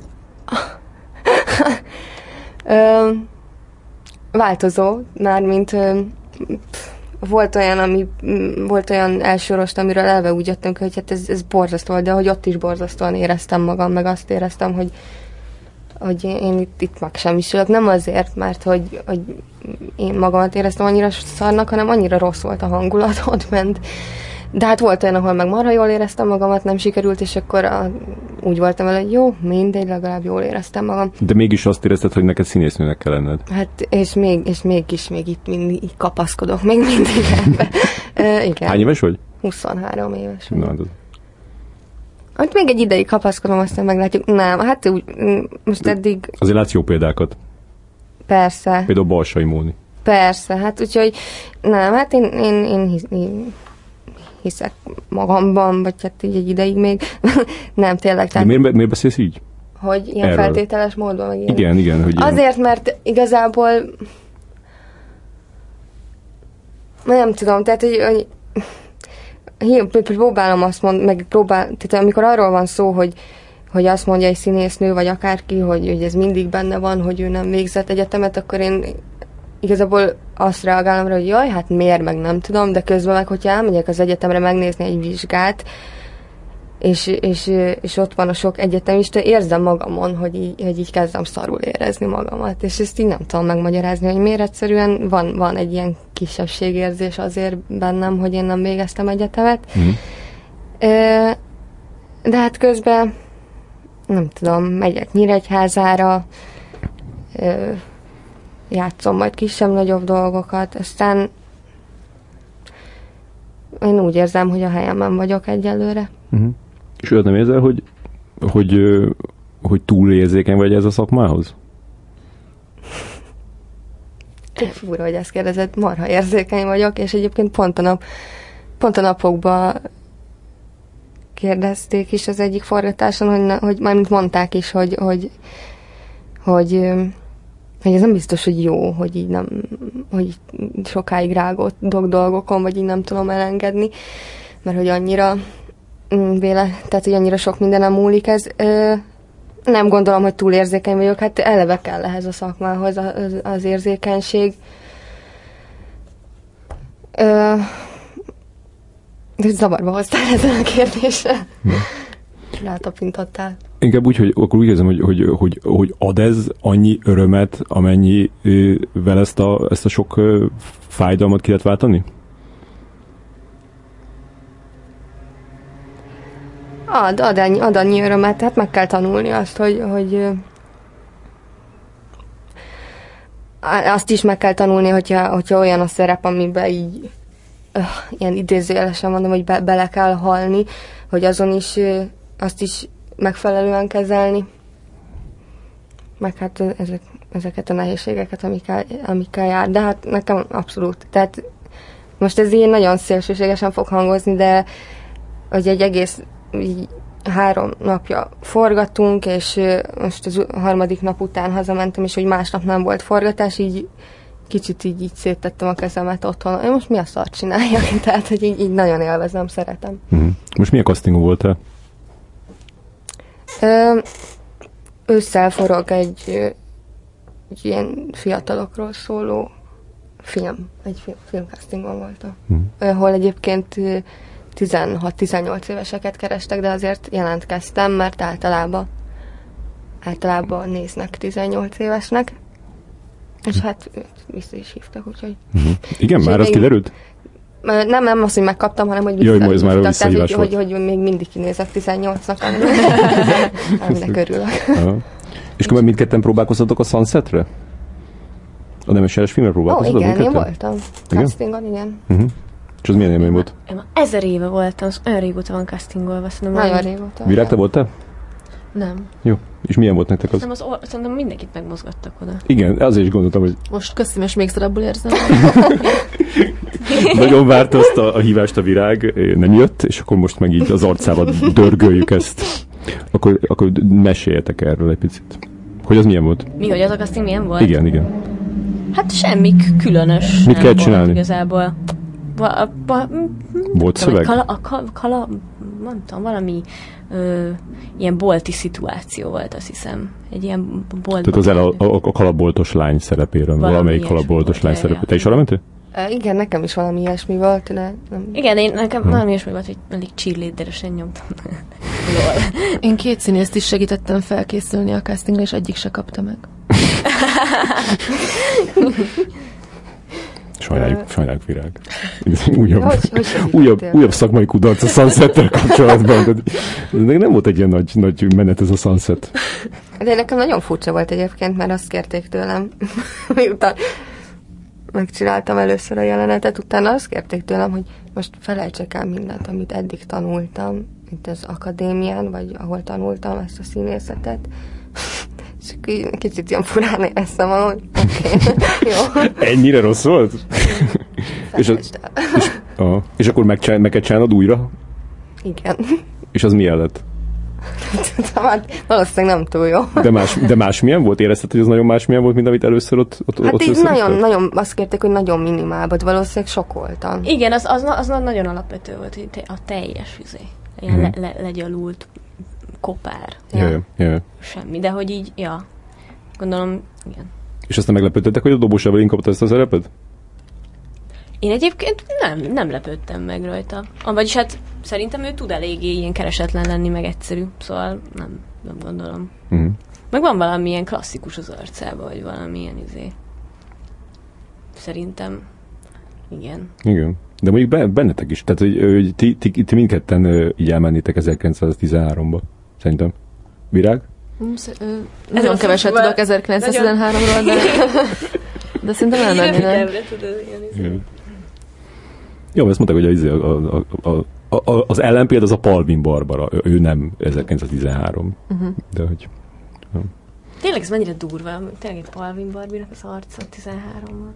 uh, változó, mármint... Uh, Volt olyan, ami, volt olyan elsőrost, amiről elve úgy jöttünk, hogy hát ez, ez borzasztó, de hogy ott is borzasztóan éreztem magam, meg azt éreztem, hogy, hogy én itt, itt meg sem is ülök. Nem azért, mert hogy, hogy én magamat éreztem annyira szarnak, hanem annyira rossz volt a hangulat, ott ment. De hát volt olyan, ahol meg marha jól éreztem magamat, nem sikerült, és akkor a, úgy voltam vele, hogy jó, mindegy, legalább jól éreztem magam. De mégis azt érezted, hogy neked színésznőnek kell lenned. Hát, és, még, és mégis még itt mindig így kapaszkodok, még mindig ebbe. uh, igen. Hány éves vagy? huszonhárom éves. Na, de... Hát még egy ideig kapaszkodom, aztán meglátjuk. Nem, hát úgy, most eddig... Azért látsz jó példákat. Persze. Például Balsai Móni. Persze, hát úgyhogy nem, hát én, én, én, hisz, én hiszek magamban, vagy hát így egy ideig még. Nem, tényleg. Tehát, de miért, miért beszélsz így? Hogy ilyen erről feltételes módon? Vagy ilyen. Igen, igen. Hogy azért, ilyen. Mert igazából nem tudom, tehát, hogy, hogy próbálom azt mondani, meg próbál, tehát amikor arról van szó, hogy, hogy azt mondja egy színésznő, vagy akárki, hogy, hogy ez mindig benne van, hogy ő nem végzett egyetemet, akkor én igazából azt reagálom rá, hogy jaj, hát miért, meg nem tudom, de közben meg, hogyha elmegyek az egyetemre megnézni egy vizsgát, és, és, és ott van a sok egyetemista, érzem magamon, hogy így, hogy így kezdem szarul érezni magamat, és ezt így nem tudom megmagyarázni, hogy miért egyszerűen van, van egy ilyen kisebbségérzés azért bennem, hogy én nem végeztem egyetemet. Mm. De hát közben nem tudom, megyek Nyíregyházára, játszom majd kisebb-nagyobb dolgokat, aztán én úgy érzem, hogy a helyemen vagyok egyelőre. Uh-huh. És olyat nem érzel, hogy, hogy, hogy túl érzékeny vagy ez a szakmához? Fura, hogy ezt kérdezed, marha érzékeny vagyok, és egyébként pont a, nap, pont a napokban kérdezték is az egyik forgatáson, hogy, ne, hogy mármint mondták is, hogy, hogy, hogy, hogy ez nem biztos, hogy jó, hogy így nem, hogy sokáig rágódok dolgokon, vagy így nem tudom elengedni, mert hogy annyira véle, tehát hogy annyira sok mindenem múlik ez. Nem gondolom, hogy túl érzékeny vagyok, hát eleve kell ehhez a szakmához az, az érzékenység. Ö, zavarba hoztál ezen a kérdésre. Hmm. Rátapintottál. Inkább úgy, hogy akkor úgy érzem, hogy, hogy, hogy, hogy ad ez annyi örömet, amennyivel ezt a, ezt a sok fájdalmat ki lehet váltani? Ad, ad, annyi, ad annyi örömet, hát meg kell tanulni azt, hogy, hogy azt is meg kell tanulni, hogyha, hogyha olyan a szerep, amiben így öh, ilyen idézőjelesen mondom, hogy be, bele kell halni, hogy azon is azt is megfelelően kezelni. Meg hát ezek, ezeket a nehézségeket, amikkel, amikkel jár. De hát nekem abszolút. Tehát most ez így nagyon szélsőségesen fog hangozni, de hogy egy egész így három napja forgatunk, és most az harmadik nap után hazamentem, és hogy másnap nem volt forgatás, így kicsit így, így széttettem a kezemet otthon. Én most mi a szart csináljak? Tehát, hogy így, így nagyon élvezem, szeretem. Mm. Most milyen castingú voltál? Ősszel forog egy, egy ilyen fiatalokról szóló film. Egy film, filmcastingon voltam. Mm. Ahol egyébként tizenhat-tizennyolc éveseket kerestek, de azért jelentkeztem, mert általában általában néznek tizennyolc évesnek. És hát vissza is hívtak, úgyhogy... Uh-huh. Igen, már az kiderült? Nem, nem az, hogy megkaptam, hanem hogy vissza, Jaj, ez már a visszahívás volt. Hogy, hogy még mindig kinézek tizennyolcnak, aminek örülök. Aha. És akkor mindketten próbálkoztatok a Sunsetre? A Nemes filmre próbálkoztatok? Ó, igen, mindketten? én voltam. Castingon, igen. Uh-huh. És az milyen élmény volt? Én már ezer éve voltam, az olyan régóta van castingolva. Nagyon régóta. Virág, te voltál? Nem. Jó. És milyen volt nektek az? Nem, az or- szerintem mindenkit megmozgattak oda. Igen, azért is gondoltam, hogy... Most köszönöm, és még szarabbul érzem. Nagyon várt azt a, a hívást a Virág, nem jött, és akkor most meg így az arcával dörgöljük ezt. Akkor, akkor meséljetek erről egy picit. Hogy az milyen volt? Mi, hogy az a casting milyen volt? Igen, igen. Hát semmi különös. Mit kell csinálni? Igazából. Va, va, volt szöveg? Kala, a kala, kala, nem tudom, valami ö, ilyen bolti szituáció volt, azt hiszem. Egy ilyen boltban. Tehát az el a, a, a kalaboltos lány szerepéről, valami valamelyik kalaboltos lány szerepéről. Te is arra mentél? Uh, igen, nekem is valami ilyesmi volt, de nem... Igen, én, nekem hmm. valami ilyesmi volt, hogy elég cheerleaderesen nyomtam. Én két színészt is segítettem felkészülni a castingra, és egyik se kapta meg. Sajnáljuk, sajnáljuk Virág. Újabb, hogy, hogy újabb, újabb szakmai kudarc a Sunset-tel kapcsolatban. De nem volt egy ilyen nagy, nagy menet ez a Sunset. De nekem nagyon furcsa volt egyébként, mert azt kérték tőlem, miután megcsináltam először a jelenetet, utána azt kérték tőlem, hogy most felejtsek el mindent, amit eddig tanultam, itt az akadémián, vagy ahol tanultam ezt a színészetet. És kicsit ilyen furán éreztem, hogy oké, okay, jó. Ennyire rossz volt? és, az, és, aha, és akkor meg, meg kell csinálnod újra? Igen. És az milyen lett? Hát valószínűleg nem túl jó. De, más, de másmilyen volt? Érezted, hogy az nagyon másmilyen volt, mint amit először ott, ott Hát ott így nagyon, nagyon, azt kérték, hogy nagyon minimál volt, valószínűleg sok voltam. Igen, az, az, az nagyon alapvető volt, hogy a teljes üzé. Ilyen hmm. le, le, legyalult kopár. Ja. Ja, ja. Semmi, de hogy így, ja, gondolom, igen. És aztán meglepődtetek, hogy a Dobós Evelyn kapta ezt a szerepet? Én egyébként nem, nem lepődtem meg rajta. Ah, vagyis hát szerintem ő tud eléggé ilyen keresetlen lenni, meg egyszerű, szóval nem, nem gondolom. Mm. Meg van valamilyen klasszikus az arcában, vagy valamilyen izé. Szerintem, igen. Igen. De mondjuk bennetek is, tehát hogy, hogy ti, ti, ti mindketten így elmennétek ezerkilencszáztizenháromba, szerintem. Virág? Nagyon keveset tudok ezerkilencszáztizenháromról, de, de szerintem elmennének. Jó, ezt mondták, hogy a, a, a, a, a, a, az ellenpéld az a Palvin Barbara, ő nem ezerkilencszáztizenhárom. Uh-huh. De hogy... Nem. Tényleg ez mennyire durva, tényleg egy Palvin Barbinak az arca tizenhárommal.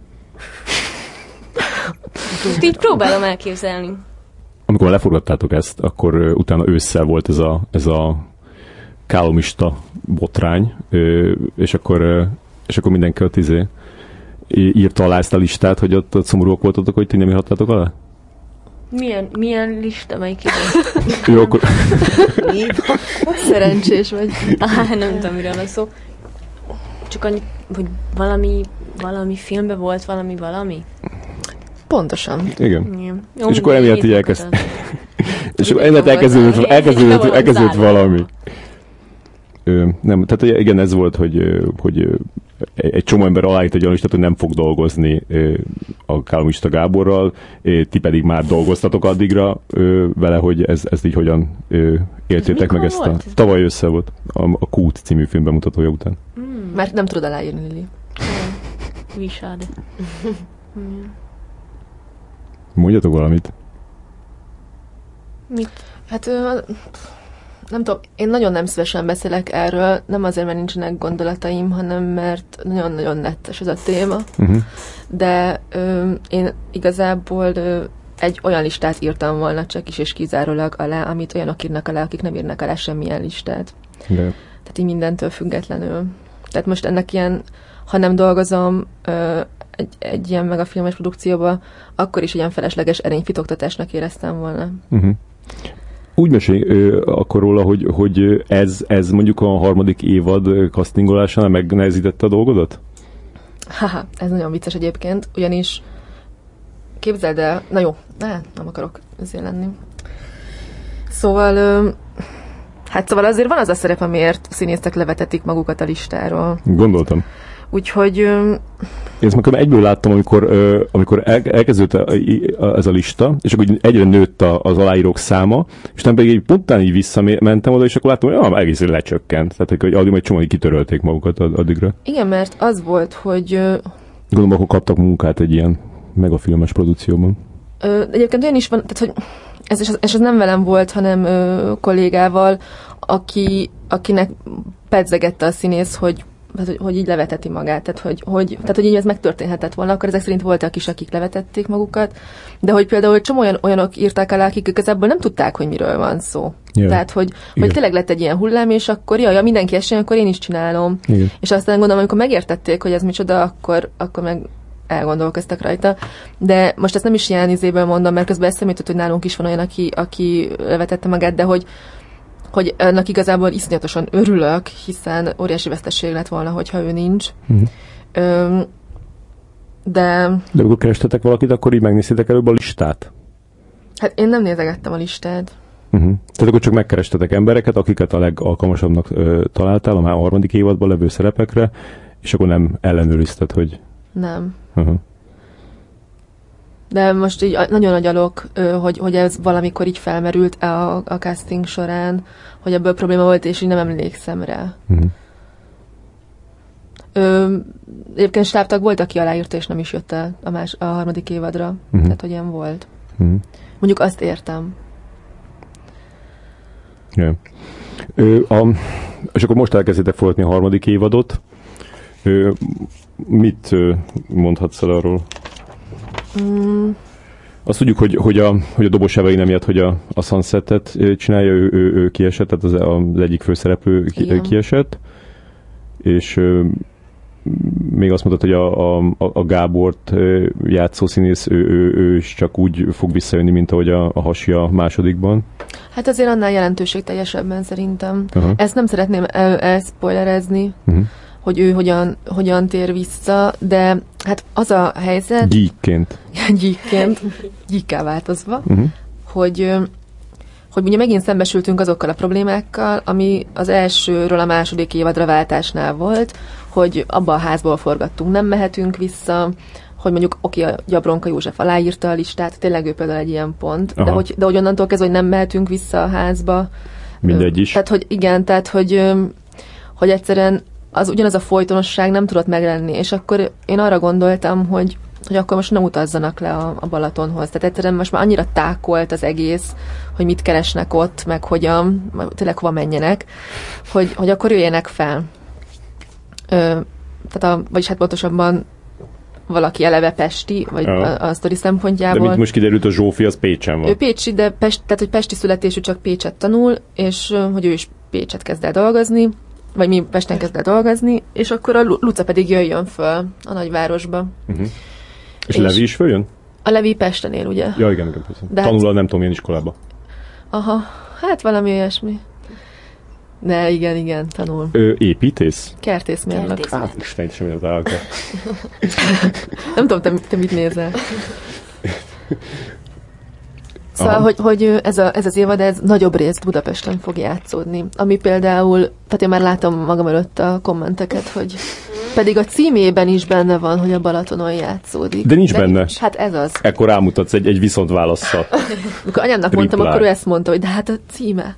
Most így próbálom elképzelni. Amikor leforgattátok ezt, akkor uh, utána ősszel volt ez a, ez a kálomista botrány, uh, és akkor, uh, és akkor mindenki ott izé írta alá ezt a listát, hogy ott, ott szomorúak voltatok, hogy ti nem írhattátok alá? Milyen, milyen lista, melyik idő? Jó, akkor... Szerencsés vagy. Ah, nem tudom, miről van szó. Csak annyi, hogy valami, valami filmben volt valami valami? Pontosan. Igen. Igen. Jó, és akkor emiatt így elkezd... és akkor emiatt elkezdődött, elkezdődött, elkezdődött, elkezdődött valami. Ö, nem, tehát igen, ez volt, hogy, hogy egy csomó ember aláírt egy olyan listát, hogy nem fog dolgozni a Kálomista Gáborral, ti pedig már dolgoztatok addigra vele, hogy ez, ezt így hogyan éltétek meg ezt a... Tavaly össze volt, a, a Kút című film bemutatója után. Mm. Mert nem tudod aláírni, Lili. Visad. Mondjatok valamit. Mit? Hát... Nem tudom, én nagyon nem szívesen beszélek erről, nem azért, mert nincsenek gondolataim, hanem mert nagyon-nagyon nettes ez a téma. Uh-huh. De ö, én igazából ö, egy olyan listát írtam volna csak is és kizárólag alá, amit olyanok írnak alá, akik nem írnak alá semmilyen listát. De. Tehát így mindentől függetlenül. Tehát most ennek ilyen, ha nem dolgozom ö, egy, egy ilyen meg a filmes produkcióba, akkor is ilyen felesleges erényfitoktatásnak éreztem volna. Uh-huh. Úgy mesélj ö, akkor róla, hogy, hogy ez, ez mondjuk a harmadik évad castingolásánál megnehezítette a dolgodat? Haha, ez nagyon vicces egyébként, ugyanis képzeld el, na jó, ne, nem akarok ezért lenni. Szóval, ö, hát szóval azért van az a szerep, amiért színészek levetetik magukat a listáról. Gondoltam. Úgyhogy... Ö, Én ezt már egyből láttam, amikor, ö, amikor el, elkezdődött ez a lista, és akkor egyre nőtt a, az aláírók száma, és nem pedig pontán így visszamentem oda, és akkor láttam, hogy ah, egész lecsökkent. Tehát, hogy addig majd csomóan kitörölték magukat addigra. Igen, mert az volt, hogy... Ö, Gondolom, akkor kaptak munkát egy ilyen megafilmes produkcióban. Ö, egyébként olyan is van, tehát, hogy ez, és, az, és az nem velem volt, hanem ö, kollégával, aki, akinek pedzegette a színész, hogy Tehát, hogy, hogy így leveteti magát, tehát hogy, hogy, tehát, hogy így ez megtörténhetett volna, akkor ezek szerint voltak is, akik levetették magukat, de hogy például csomó olyan, olyanok írták alá, akik igazából nem tudták, hogy miről van szó. Yeah. Tehát, hogy, hogy tényleg lett egy ilyen hullám, és akkor jaj, ja, mindenki essen, akkor én is csinálom. Igen. És aztán gondolom, amikor megértették, hogy ez micsoda, akkor, akkor meg elgondolkoztak rajta. De most ezt nem is ilyen izéből mondom, mert közben eszembe jutott, hogy nálunk is van olyan, aki, aki levetette magát, de hogy hogy ennek igazából iszonyatosan örülök, hiszen óriási vesztesség lett volna, hogyha ő nincs. Uh-huh. Öm, de... De amikor kerestetek valakit, akkor így megnéztétek előbb a listát? Hát én nem nézegettem a listát. Uh-huh. Tehát akkor csak megkerestetek embereket, akiket a legalkalmasabbnak ö, találtál a már harmadik évadban levő szerepekre, és akkor nem ellenőrizted, hogy... Nem. Uh-huh. De most így nagyon nagy alok, hogy, hogy ez valamikor így felmerült a, a casting során, hogy ebből probléma volt, és így nem emlékszem rá. Uh-huh. Ö, egyébként stábtag volt, aki aláírta, és nem is jött el a, más, a harmadik évadra. Uh-huh. Tehát, hogy ilyen volt. Uh-huh. Mondjuk azt értem. Yeah. Ö, a, és akkor most elkezdtétek folytatni a harmadik évadot. Ö, mit ö, mondhatsz el arról? Mm. Azt tudjuk, hogy, hogy, a, hogy a Dobos Evelyn emiatt, hogy a, a Sunset-et csinálja, ő, ő, ő kiesett, tehát az, az egyik főszereplő ki, kiesett, és ö, még azt mondtad, hogy a, a, a Gábort játszó színész, ő, ő, ő is csak úgy fog visszajönni, mint ahogy a, a Hasi a másodikban. Hát azért annál jelentőségteljesebben szerintem. Uh-huh. Ezt nem szeretném elszpoilerezni, uh-huh. hogy ő hogyan, hogyan tér vissza, de hát az a helyzet... Gyíkként. Gyíkként, gyíkká változva, uh-huh. hogy, hogy ugye megint szembesültünk azokkal a problémákkal, ami az elsőről a második évadra váltásnál volt, hogy abba a házból forgattunk, nem mehetünk vissza, hogy mondjuk oké, a Gyabronka József aláírta a listát, tényleg ő például egy ilyen pont, de hogy, de hogy onnantól kezdve, hogy nem mehetünk vissza a házba. Mindegy is. Tehát, hogy igen, tehát, hogy, hogy egyszerűen az ugyanaz a folytonosság nem tudott meglenni, és akkor én arra gondoltam, hogy, hogy akkor most ne utazzanak le a, a Balatonhoz. Tehát egyszerűen most már annyira tákolt az egész, hogy mit keresnek ott, meg hogyan, tényleg hova menjenek, hogy, hogy akkor jöjjenek fel. Ö, tehát a, vagyis hát pontosabban valaki eleve pesti, vagy a, a sztori szempontjából. De mint most kiderült, a Zsófi az Pécsen van. Ő pécsi, de Pest, tehát, hogy pesti születésű, csak Pécset tanul, és hogy ő is Pécset kezd el dolgozni, vagy mi Pesten kezd el dolgozni, és akkor a Luca pedig jöjjön föl a nagyvárosba. Uh-huh. És, és Levi is följön? A Levi Pesten él, ugye? Ja, igen, igen. De tanul a nem tudom, milyen iskolába. Aha, hát valami olyasmi. De igen, igen, tanul. Ö, építész? Kertészmérnök. Hát, Isten, semmi az állal. Nem tudom, te, te mit nézel. Szóval, hogy, hogy ez, a, ez az évad, ez nagyobb részt Budapesten fog játszódni. Ami például, tehát én már látom magam előtt a kommenteket, hogy pedig a címében is benne van, hogy a Balatonon játszódik. De nincs De benne. Nincs. Hát ez az. Ekkor rámutatsz egy, egy viszont válasszal. Amikor anyámnak mondtam, akkor ő ezt mondta, hogy de hát a címe.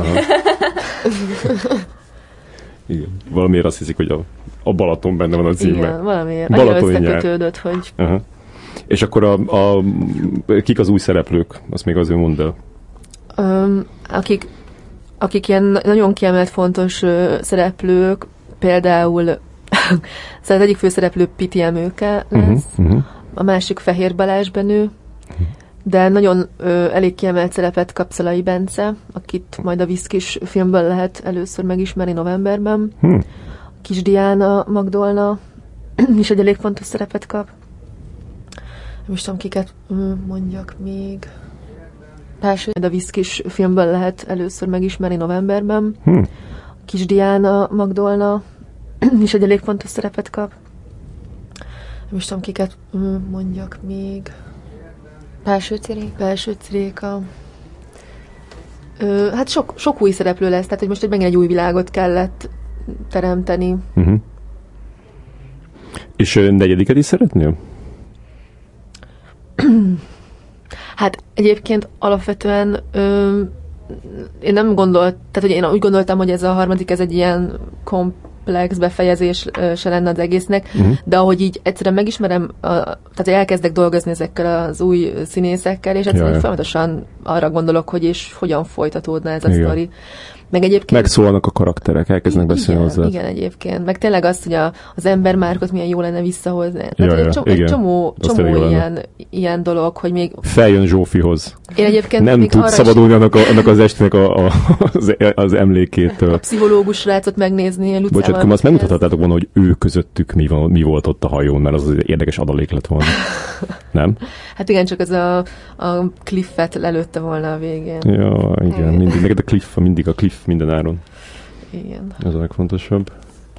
Igen. Valamiért azt hiszik, hogy a, a Balaton benne van a címe. Igen, valamiért. Annyira összekötődött, hogy... Aha. És akkor a, a, kik az új szereplők? Azt még azért mondd el. Um, akik, akik ilyen nagyon kiemelt fontos uh, szereplők, például szóval az egyik főszereplő Piti Emőke lesz, uh-huh, uh-huh. a másik Fehér Balázs Benő, uh-huh. de nagyon ö, elég kiemelt szerepet kap Szalai Bence, akit majd a Viszkis filmből lehet először megismerni novemberben. Hmm. Kis Diana Magdolna is egy elég fontos szerepet kap. Nem is tudom, kiket mondjak még. Páső, a Viszkis filmből lehet először megismerni novemberben. Hmm. Kis Diana Magdolna is egy elég fontos szerepet kap. Nem is tudom, kiket mondjak még. Pálső Ciréka. Pálső Ciréka. Ö, hát sok, sok új szereplő lesz, tehát hogy most megint egy új világot kellett teremteni. Uh-huh. És negyediket is szeretnél? Hát egyébként alapvetően ö, én nem gondolt, tehát hogy én úgy gondoltam, hogy ez a harmadik, ez egy ilyen komplex befejezés se lenne az egésznek, uh-huh. de ahogy így egyszerűen megismerem, a, tehát hogy elkezdek dolgozni ezekkel az új színészekkel, és egyszerűen folyamatosan arra gondolok, hogy és hogyan folytatódna ez a igen. sztori. Meg egyébként... Megszólalnak a karakterek, elkezdenek beszélni hozzá. Igen, egyébként. Meg tényleg az, hogy a, az embermárkot milyen jó lenne visszahozni. Tehát ja, egy, csomó, egy csomó, csomó ilyen, ilyen dolog, hogy még... Feljön Zsófihoz. Én egyébként nem tud szabadulni annak, a, annak az estének a, a, az, az emlékétől. A pszichológus rácot megnézni Lucával. Bocsánat, akkor azt megmutathatátok volna, hogy ő közöttük mi, van, mi volt ott a hajón, mert az, az érdekes adalék lett volna. Nem? Hát igen, csak ez a, a Cliffet lelőtte volna a végén. Ja, igen, mindig. Neked a Cliff, mindig a Cliff minden áron. Igen. Ez a legfontosabb.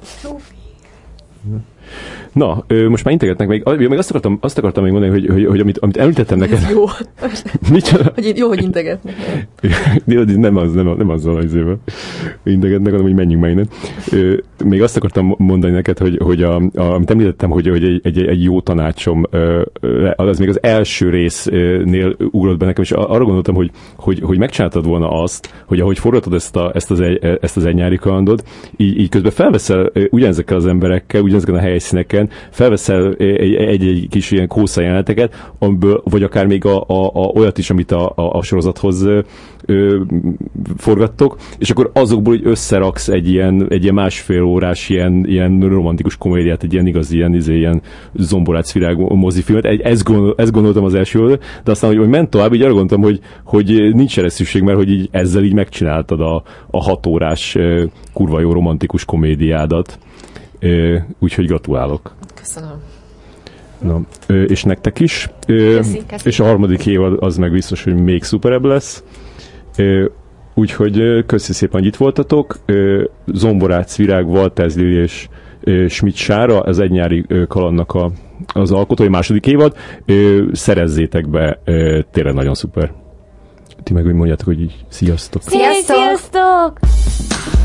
Na, most már integetnek még, még azt akartam, azt akartam még mondani, hogy, hogy, hogy amit, amit említettem neked. Jó. hogy jó, hogy integetnek. nem, az, nem, nem azzal az évvel integetnek, hanem hogy menjünk már innen. Még azt akartam mondani neked, hogy, hogy a, a, amit említettem, hogy, hogy egy, egy, egy jó tanácsom, az még az első résznél ugrott be nekem, és arra gondoltam, hogy, hogy, hogy megcsináltad volna azt, hogy ahogy forgatod ezt, a, ezt, az, egy, ezt az egy nyári kalandot, így, így közben felveszel ugyanezekkel az emberekkel, ugyanezeken a helyszíneken, felveszel egy-egy kis ilyen kósza jeleneteket, amiből, vagy akár még a, a, a, olyat is, amit a, a, a sorozathoz ö, forgattok, és akkor azokból így összeraksz egy ilyen, egy ilyen másfél órás ilyen, ilyen romantikus komédiát, egy ilyen igazi ilyen, izé, ilyen zomborác virág mozifilmet. Egy, ezt, gondol, ezt gondoltam az első, de aztán, hogy, hogy ment tovább, így arra gondoltam, hogy, hogy nincs erre szükség, mert hogy így ezzel így megcsináltad a, a hat órás kurva jó romantikus komédiádat. Úgyhogy gratulálok. Köszönöm. Na, és nektek is. Köszi, köszi. És a harmadik évad az meg biztos, hogy még szuperebb lesz. Úgyhogy köszi szépen, hogy itt voltatok. Zomborác Virág, Walters Lili és Schmidt Sára, ez egy nyári kalandnak a, az alkotói második évad. Szerezzétek be, tényleg nagyon szuper. Ti meg úgy mondjátok, hogy így sziasztok. Sziasztok! Sziasztok!